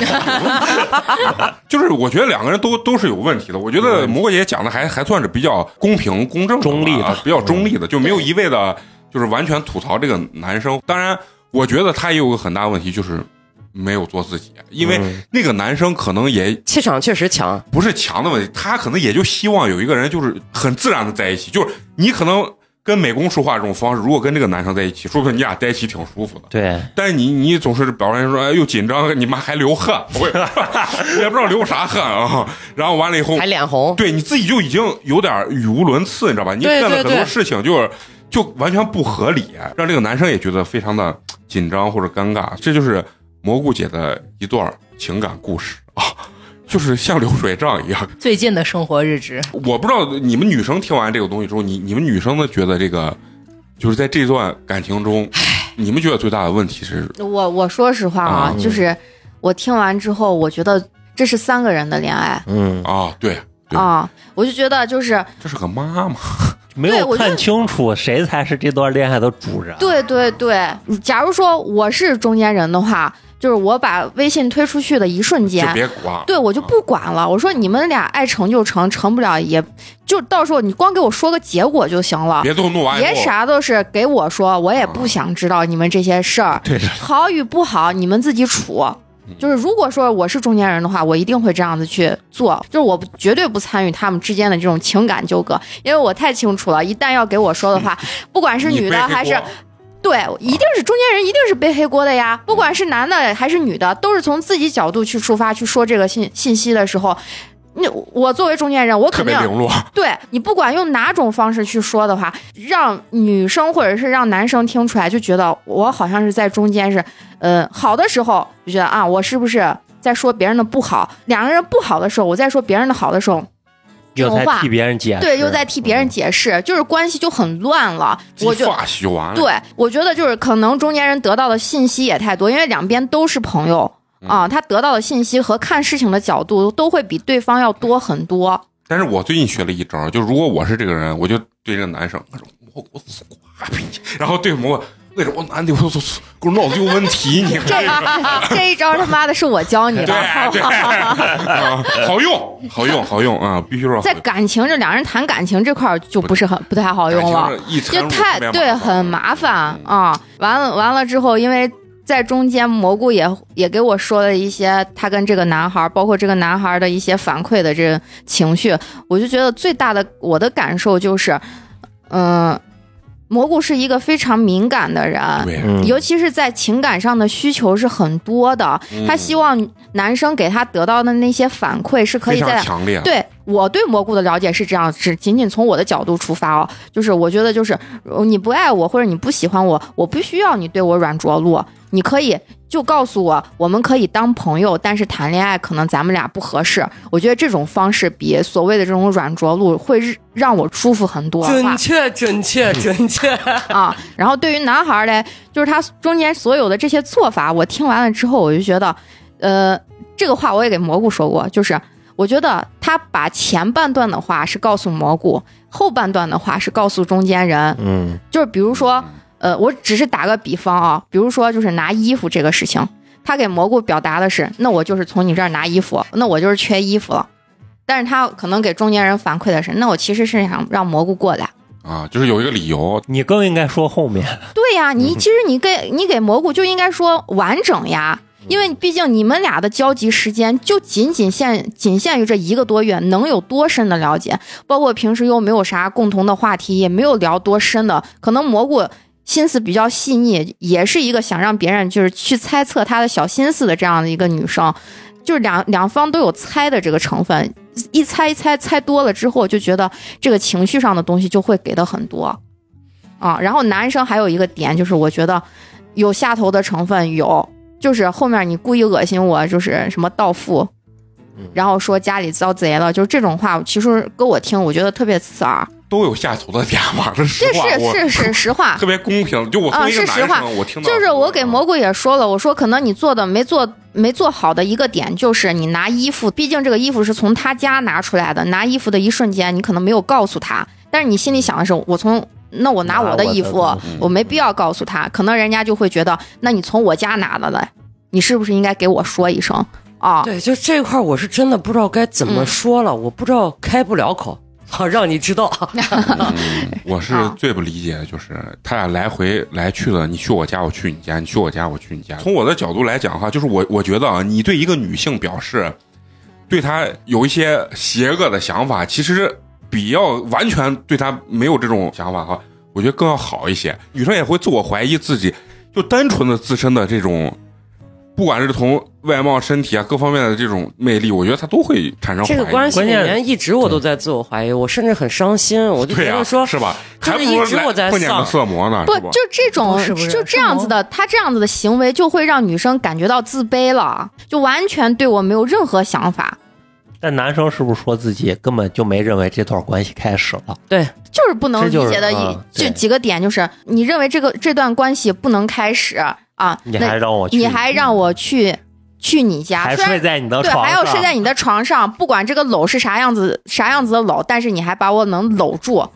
就是我觉得两个人都都是有问题的。我觉得蘑菇姐讲的还还算是比较公平公正的、 中立的， 比较中立的，就没有一味的，就是完全吐槽这个男生。当然，我觉得他也有个很大问题，就是没有做自己，因为那个男生可能也气场确实强， 不是强的问题，他可能也就希望有一个人就是很自然的在一起，就是你可能。跟美工说话这种方式，如果跟这个男生在一起，说不定你俩在一起挺舒服的。对，但是你你总是表现说，哎，又紧张，你妈还流汗，我也也不知道流啥汗啊。然后完了以后还脸红， 对你自己就已经有点语无伦次，你知道吧？你干了很多事情就是就完全不合理，让这个男生也觉得非常的紧张或者尴尬。这就是蘑菇姐的一段情感故事啊。就是像流水账一样， 最近的生活日志。 我不知道你们女生听完这个东西之后，你你们女生的觉得这个，就是在这段感情中，你们觉得最大的问题是？ 我我说实话啊，嗯、就是我听完之后，我觉得这是三个人的恋爱。 嗯啊，对。 啊、嗯，我就觉得就是这是个妈妈， 没有看清楚谁才是这段恋爱的主人。 对对对，假如说我是中间人的话，就是我把微信推出去的一瞬间， 就别管， 对我就不管了。我说你们俩爱成就成，成不了也就到时候你光给我说个结果就行了， 别都弄完， 别啥都是给我说，我也不想知道你们这些事儿， 对， 好与不好你们自己处。就是如果说我是中间人的话，我一定会这样子去做，就是我绝对不参与他们之间的这种情感纠葛，因为我太清楚了，一旦要给我说的话，不管是女的还是。对，一定是中间人，一定是背黑锅的呀。不管是男的还是女的，都是从自己角度去出发去说这个信信息的时候，那我作为中间人，我肯定特别零落。对， 你不管用哪种方式去说的话，让女生或者是让男生听出来，就觉得我好像是在中间是，呃，好的时候就觉得啊，我是不是在说别人的不好？两个人不好的时候，我在说别人的好的时候。 又在替别人解释， 对，又在替别人解释，嗯、就是关系就很乱了。我就洗完了。 对，我觉得就是可能中间人得到的信息也太多，因为两边都是朋友、嗯、啊，他得到的信息和看事情的角度都会比对方要多很多。 但是我最近学了一招，就如果我是这个人，我就对这个男生，我我死瓜逼，然后对我。为什么男的我我我脑子有问题？你这这一招他妈的是我教你的， 对对、啊，好用，好用，好用啊！必须说， 在感情这两人谈感情这块就不是很不太好用了，就太对很麻烦、嗯、啊！完了完了之后，因为在中间蘑菇也也给我说了一些他跟这个男孩，包括这个男孩的一些反馈的这个情绪，我就觉得最大的我的感受就是，嗯、呃。蘑菇是一个非常敏感的人， 嗯、 尤其是在情感上的需求是很多的、嗯。他希望男生给他得到的那些反馈是可以在强烈。 对我对蘑菇的了解是这样，是仅仅从我的角度出发哦，就是我觉得就是你不爱我或者你不喜欢我，我不需要你对我软着陆，你可以就告诉我，我们可以当朋友，但是谈恋爱可能咱们俩不合适。我觉得这种方式比所谓的这种软着陆会让我舒服很多。 准确，准确，准确啊！然后对于男孩嘞，就是他中间所有的这些做法，我听完了之后，我就觉得，呃，这个话我也给蘑菇说过，就是我觉得他把前半段的话是告诉蘑菇，后半段的话是告诉中间人。 嗯， 就是比如说。呃，我只是打个比方啊，比如说就是拿衣服这个事情，他给蘑菇表达的是，那我就是从你这儿拿衣服，那我就是缺衣服了。但是他可能给中间人反馈的是，那我其实是想让蘑菇过来啊，就是有一个理由。 你更应该说后面。 对呀，你其实你给你给蘑菇就应该说完整呀，因为毕竟你们俩的交集时间就仅仅限仅限于这一个多月，能有多深的了解？包括平时又没有啥共同的话题，也没有聊多深的，可能蘑菇。心思比较细腻，也是一个想让别人就是去猜测她的小心思的这样的一个女生，就是两两方都有猜的这个成分，一猜一猜猜多了之后，就觉得这个情绪上的东西就会给的很多啊。然后男生还有一个点就是，我觉得有下头的成分，有就是后面你故意恶心我，就是什么盗富，然后说家里遭贼了，就是这种话，其实搁我听，我觉得特别刺耳。 都有下头的点嘛，这是实话， 这是是是实话， 特别公平。就我作为一个男生、啊、我听到就是我给蘑菇也说了，我说可能你做的没做没做好的一个点就是你拿衣服，毕竟这个衣服是从他家拿出来的，拿衣服的一瞬间你可能没有告诉他，但是你心里想的是我从那我拿我的衣服，我, 我没必要告诉他，可能人家就会觉得那你从我家拿的了，你是不是应该给我说一声啊？ 对，就这块我是真的不知道该怎么说了、嗯、我不知道开不了口。好，让你知道。 嗯、我是最不理解的就是他俩来回来去了，你去我家，我去你家，你去我家，我去你家。从我的角度来讲的话，就是我我觉得啊，你对一个女性表示对她有一些邪恶的想法，其实比要完全对她没有这种想法哈，我觉得更要好一些。女生也会自我怀疑自己，就单纯的自身的这种。不管是从外貌、身体啊各方面的这种魅力，我觉得他都会产生怀疑。 这个关系里面一直我都在自我怀疑，我甚至很伤心，我就觉得说， 啊、是吧？ 还不如来碰见个色魔呢？ 不，就这种是是就这样子的，他这样子的行为就会让女生感觉到自卑了，就完全对我没有任何想法。 但男生是不是说自己根本就没认为这段关系开始了？ 对， 就是不能理解的一、 嗯、 就几个点，就是你认为这个这段关系不能开始。啊， 你还让我去， 你还让我去去你家， 还睡在你的床上， 对，还要睡在你的床上，不管这个搂是啥样子啥样子的搂，但是你还把我能搂住，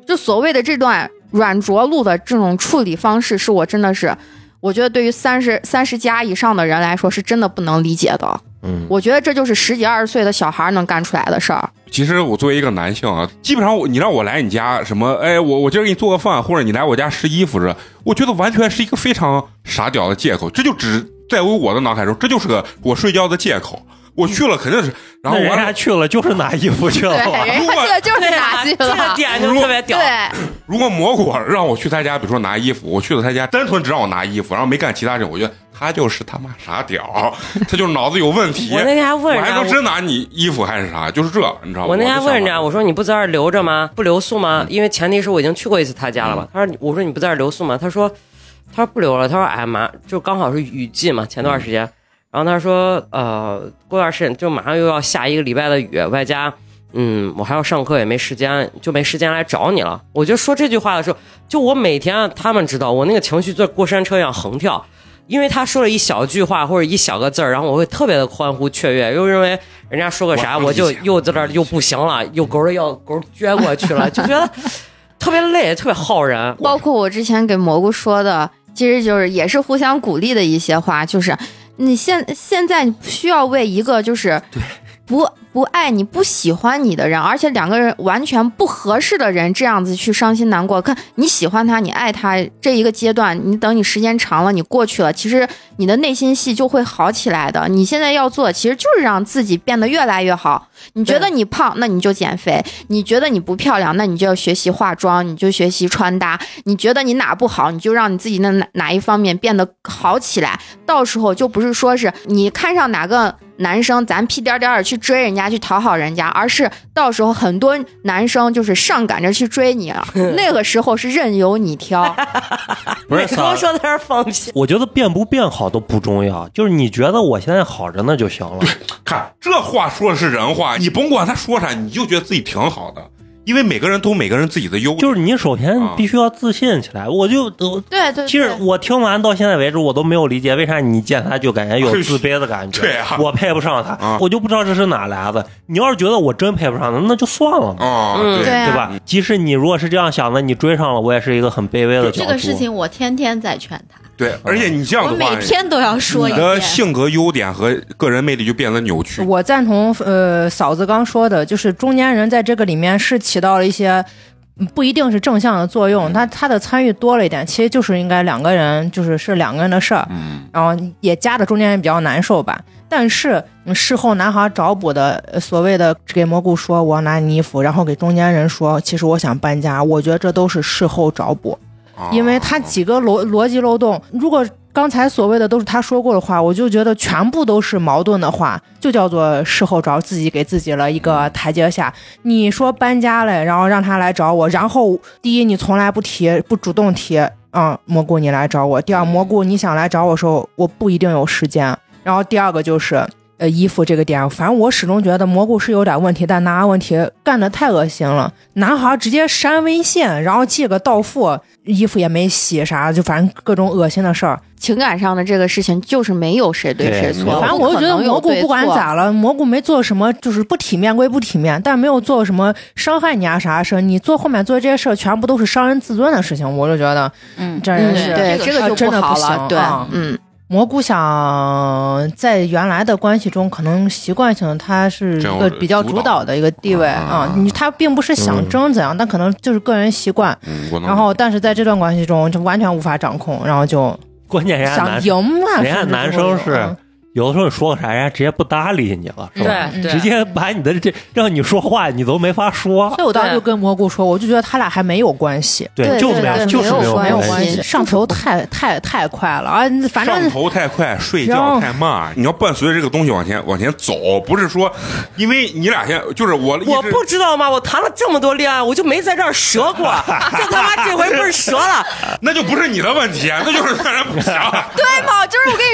就所谓的这段软着陆的这种处理方式，是我真的是，我觉得对于三十三十加以上的人来说，是真的不能理解的。 嗯， 我觉得这就是十几二十岁的小孩能干出来的事儿。 其实我作为一个男性啊，基本上我你让我来你家什么，哎，我我今儿给你做个饭，或者你来我家试衣服这，我觉得完全是一个非常傻屌的借口。这就只在于我的脑海中，这就是个我睡觉的借口。我去了肯定是，然后人家去了就是拿衣服去了。 对，人家去了就是拿去了， 这个点就特别屌。 对， 如果蘑菇让我去他家，比如说拿衣服，我去了他家，单纯只让我拿衣服，然后没干其他事，我觉得他就是他妈傻屌，他就是脑子有问题。 我那天还问人家， 我还能真拿你衣服还是啥？就是这，你知道吗？ 我那天问人家，我说你不在这儿留着吗？不留宿吗？因为前提是我已经去过一次他家了嘛。他说，我说你不在这儿留宿吗？他说，他说不留了。他说，哎妈，就刚好是雨季嘛，前段时间。然后他说，呃，过段时间就马上又要下一个礼拜的雨，外加，嗯，我还要上课，也没时间，就没时间来找你了。我就说这句话的时候，就我每天他们知道我那个情绪就过山车一样横跳，因为他说了一小句话或者一小个字儿，然后我会特别的欢呼雀跃，又认为人家说个啥，我就又在这儿又不行了，又勾着要勾撅过去了，就觉得特别累，特别耗人。 包括我之前给蘑菇说的，其实就是也是互相鼓励的一些话，就是你现现在你不需要为一个就是不不爱你不喜欢你的人，而且两个人完全不合适的人这样子去伤心难过。看你喜欢他你爱他这一个阶段，你等你时间长了你过去了，其实你的内心戏就会好起来的。你现在要做其实就是让自己变得越来越好。你觉得你胖那你就减肥，你觉得你不漂亮那你就要学习化妆，你就学习穿搭，你觉得你哪不好你就让你自己的哪哪一方面变得好起来。到时候就不是说是你看上哪个男生咱屁颠颠的去追人家去讨好人家，而是到时候很多男生就是上赶着去追你了那个时候是任由你挑。 不是刚说在这儿放屁， 我觉得变不变好都不重要，就是你觉得我现在好着呢就行了。 看这话说的是人话，你甭管他说啥，你就觉得自己挺好的。因为每个人都有每个人自己的优点， 就是你首先必须要自信起来。啊、我就我对对， 其实我听完到现在为止，我都没有理解为啥你见他就感觉有自卑的感觉。 对啊， 我配不上他、 啊， 我就不知道这是哪来的。你要是觉得我真配不上他，那就算了嘛。 哦， 嗯、 对对、啊、 对吧？即使你如果是这样想的，你追上了，我也是一个很卑微的角度。 这个事情我天天在劝他。 对，而且你这样的话， 我每天都要说一遍。 你的性格优点和个人魅力就变得扭曲。 我赞同呃嫂子刚说的，就是中间人在这个里面是起到了一些不一定是正向的作用，他他的参与多了一点，其实就是应该两个人就是是两个人的事儿， 嗯， 然后也加的中间人比较难受吧。但是事后男孩找补的所谓的给蘑菇说我要拿你衣服，然后给中间人说其实我想搬家，我觉得这都是事后找补。因为他几个逻逻辑漏洞，如果刚才所谓的都是他说过的话，我就觉得全部都是矛盾的话，就叫做事后找自己给自己了一个台阶下。你说搬家了，然后让他来找我，然后第一你从来不提不主动提啊、嗯，蘑菇你来找我，第二蘑菇你想来找我的时候我不一定有时间，然后第二个就是呃，衣服这个点，反正我始终觉得蘑菇是有点问题，但男孩问题干得太恶心了。男孩直接删微信，然后寄个到付，衣服也没洗啥，就反正各种恶心的事儿。 情感上的这个事情就是没有谁对谁错， 反正我就觉得蘑菇不管咋了，蘑菇没做什么，就是不体面归不体面，但没有做什么伤害你啊啥事。你做后面做这些事儿，全部都是伤人自尊的事情，我就觉得， 嗯， 这人是、 嗯、对这个就真的好了， 不行， 对， 啊、 嗯。 蘑菇想在原来的关系中，可能习惯性他是一个比较主导的一个地位啊，你他并不是想争怎样，嗯、但可能就是个人习惯。 嗯、 然后，但是在这段关系中就完全无法掌控，然后就关键人家想赢嘛， 人家男生是。有的时候你说个啥，人家直接不搭理你了，是吧？ 对， 直接把你的这让你说话，你都没法说。 所以我当时就跟蘑菇说，我就觉得他俩还没有关系， 对，就没有，就是没有没有关系。上头太太太快了啊！反正上头太快，睡觉太慢。你要伴随着这个东西往前往前走，不是说因为你俩现在就是我， 我不知道吗？我谈了这么多恋爱，我就没在这儿折过，这他妈这回不是折了， 那就不是你的问题，那就是让人不行。 对嘛？就是我跟你说，核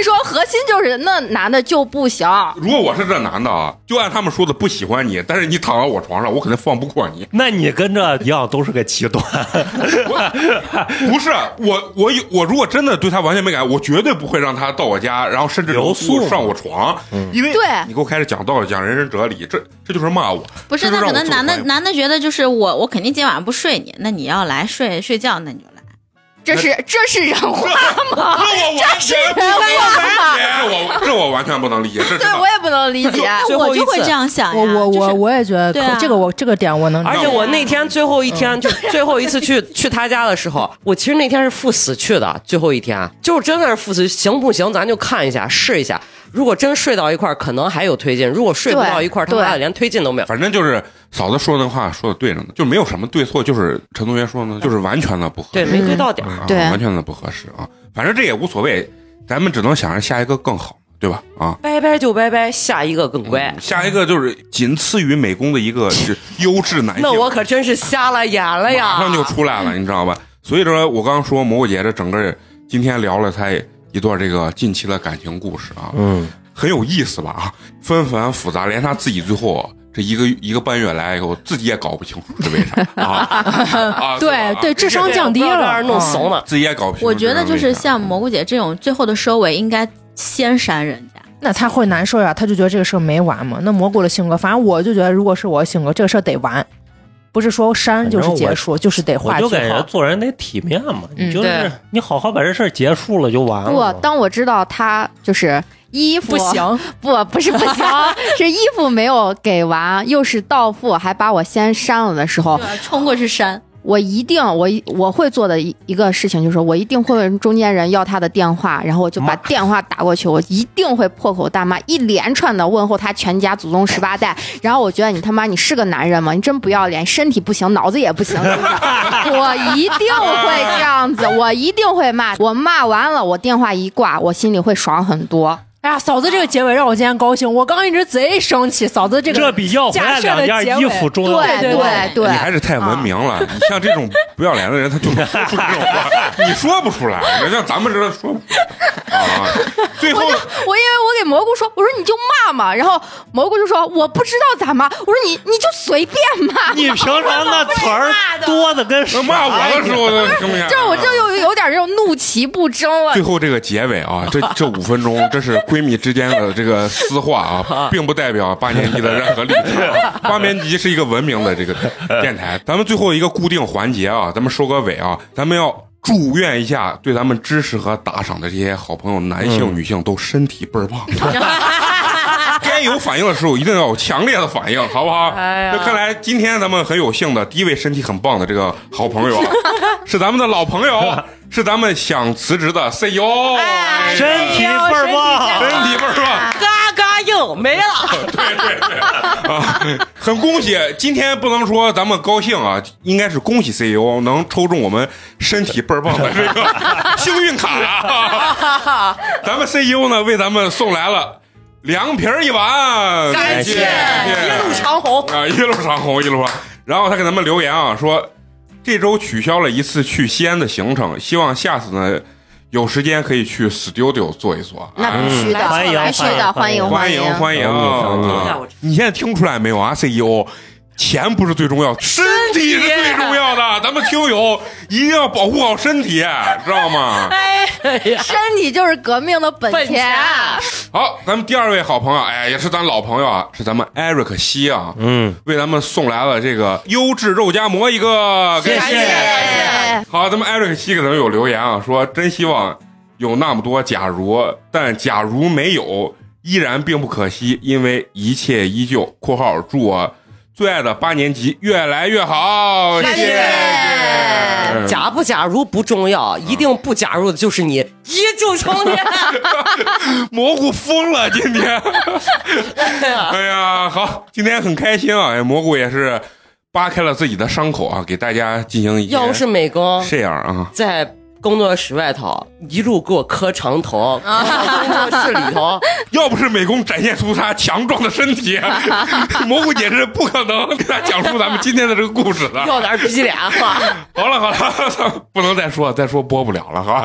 心就是那男的就不行。 如果我是这男的啊，就按他们说的不喜欢你，但是你躺到我床上，我肯定放不过你。 那你跟这一样都是个极端。 不是我，我有我如果真的对他完全没感觉，我绝对不会让他到我家，然后甚至留宿上我床，嗯、因为对你给我开始讲道理、讲人生哲理，这这就是骂我。 不是，他可能男的男的觉得就是我，我肯定今晚不睡你，那你要来睡睡觉，那你就来。 这是这是人话吗？ 这是人话吗？这我这我完全不能理解，这对我也不能理解。 我就会这样想呀。 我我我我也觉得这个我这个点我能理解。 而且我那天最后一天就最后一次去去他家的时候，我其实那天是赴死去的，最后一天就真的是赴死，行不行咱就看一下试一下。如果真睡到一块儿，可能还有推进；如果睡不到一块儿，他妈的连推进都没有。 反正就是嫂子说的那话说的对着呢，就没有什么对错，就是陈同学说呢，就是完全的不合适， 对，没对到点儿、 啊， 对， 完全的不合适啊。反正这也无所谓，咱们只能想着下一个更好，对吧？啊， 拜拜就拜拜，下一个更乖， 嗯、下一个就是仅次于美工的一个优质男性。 那我可真是瞎了眼了呀！ 马上就出来了，你知道吧？所以说我刚刚说蘑菇姐这整个今天聊了她一段这个近期的感情故事啊， 嗯。 很有意思吧？啊，纷繁复杂，连他自己最后这一个一个半月来以后，自己也搞不清楚是为啥啊啊！ 对对，智商降低了， 弄怂了， 自己也搞不清楚。 我觉得就是像蘑菇姐这种最后的收尾，应该先删人家。 那他会难受呀，他就觉得这个事儿没完嘛。那蘑菇的性格，反正我就觉得，如果是我的性格，这个事儿得完。不是说删就是结束，就是得画句号。 我就感觉做人得体面嘛， 嗯、 你就是你好好把这事儿结束了就完了。 不，当我知道他就是衣服不行， 不不是不行，是衣服没有给完，又是到付，还把我先删了的时候， 冲过去删。 我一定，我我会做的一一个事情就是，我一定会问中间人要他的电话，然后我就把电话打过去，我一定会破口大骂，一连串的问候他全家祖宗十八代。然后我觉得你他妈你是个男人吗？你真不要脸，身体不行，脑子也不行，是不是？我一定会这样子，我一定会骂。我骂完了，我电话一挂，我心里会爽很多。 哎呀，嫂子这个结尾让我今天高兴。我刚一直贼生气，嫂子这个这比要回来两件衣服重要。 对对对， 你还是太文明了。啊、你像这种不要脸的人，他就能说出这种话，你说不出来。像咱们这说不出来啊。最后，我就我因为我给蘑菇说，我说你就骂嘛，然后蘑菇就说我不知道咋骂，我说你你就随便骂。 你平常那词儿多的跟啥骂我的时候都听不见。 就是我这有有点这种怒其不争了。 最后这个结尾啊，这这五分钟，这是闺蜜之间的这个私话啊，并不代表八年级的任何立场。八年级是一个文明的这个电台，咱们最后一个固定环节啊，咱们收个尾啊，咱们要祝愿一下对咱们支持和打赏的这些好朋友，男性、嗯、女性都身体倍儿棒。该有反应的时候一定要有强烈的反应，好不好？哎呀，看来今天咱们很有幸的第一位身体很棒的这个好朋友啊，是咱们的老朋友，是咱们想辞职的 C E O，、 哎、身体倍儿棒， 身体倍儿棒， 嘎嘎硬没了。 对对对啊，很恭喜！今天不能说咱们高兴啊，应该是恭喜 C E O 能抽中我们身体倍儿棒的这个幸运卡啊！咱们 C E O 呢为咱们送来了凉皮一碗， 感谢一路长虹啊，一路长虹，一路长。然后他给咱们留言啊，说这周取消了一次去西安的行程，希望下次呢有时间可以去 studio 坐一坐。 那必须的， 欢迎必须的，欢迎欢迎欢迎！你现在听出来没有啊 ？C E O， 钱不是最重要，身体是最重要的。咱们听友一定要保护好身体，知道吗？ 哎呀， 身体就是革命的本钱。 好，咱们第二位好朋友，哎，也是咱老朋友啊，是咱们艾瑞克西啊， 嗯， 为咱们送来了这个优质肉夹馍一个， 谢谢。 好，咱们艾瑞克西给咱们有留言啊，说真希望有那么多假如，但假如没有，依然并不可惜，因为一切依旧。（括号祝我最爱的八年级越来越好，谢谢。 假不假如不重要，一定不假如的就是你一柱冲天。 蘑菇疯了今天。哎呀，好，今天很开心啊！哎，蘑菇也是扒开了自己的伤口啊，给大家进行一些要是美工这样啊， 在工作室外头一路给我磕长头，工作室里头， 要不是美工展现出他强壮的身体，蘑菇姐是不可能给他讲述咱们今天的这个故事的。 要点逼脸哈。 好了好了，不能再说，再说播不了了哈。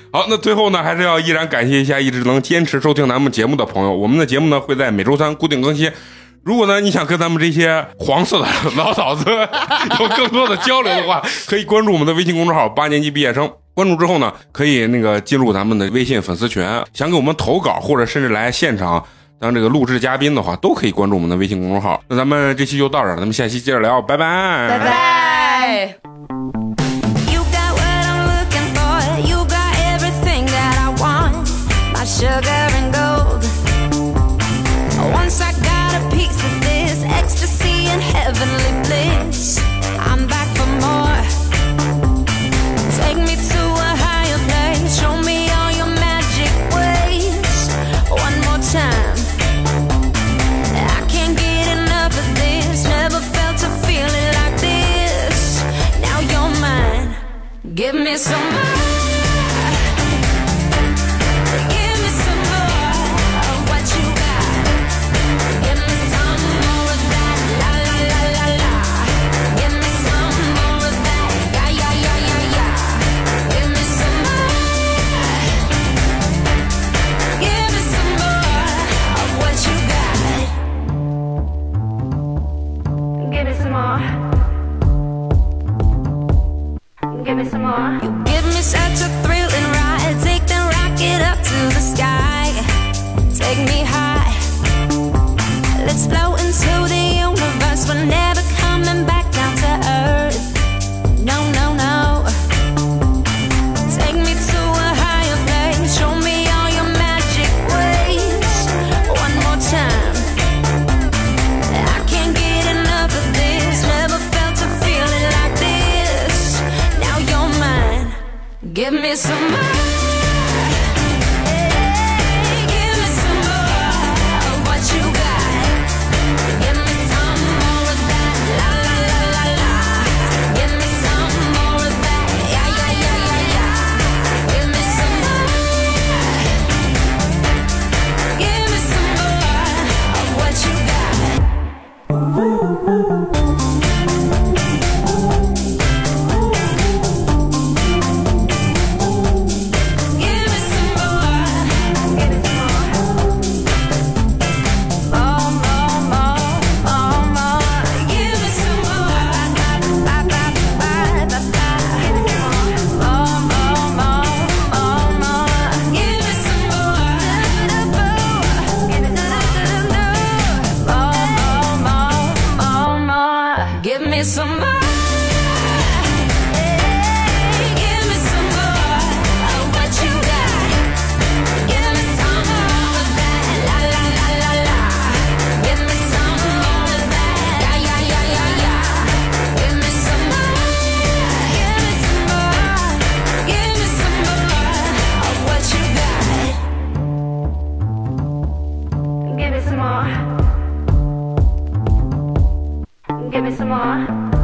好，那最后呢，还是要依然感谢一下一直能坚持收听咱们节目的朋友。我们的节目呢会在每周三固定更新。如果呢你想跟咱们这些黄色的老嫂子有更多的交流的话，可以关注我们的微信公众号八年级毕业生。关注之后呢，可以那个进入咱们的微信粉丝群。想给我们投稿或者甚至来现场当这个录制嘉宾的话，都可以关注我们的微信公众号。那咱们这期就到这儿，咱们下期接着聊，拜拜， 拜拜。 Sugar and gold. Once I got a piece of this ecstasy and heavenly bliss, I'm back for more. Take me to a higher place, show me all your magic ways. One more time. I can't get enough of this, never felt a feeling like this. Now you're mine, give me some more. You give me such a thrilling ride. Take the rocket up to the sky. Take me high. Let's float into the universe. We're never coming back down to earth. No, no, no. Take me to a higher place. Show me all your magic ways. One more time. I can't get enough of this. Never felt a feeling like this. Now you're mine. Give me some more. Give me some more. Give me some more of what you got. Give me some more of that. La la la la la. Give me some more of that. Yeah yeah yeah yeah yeah. Give me some more. Give me some more. Give me some more of what you got. Give me some more. Give me some more.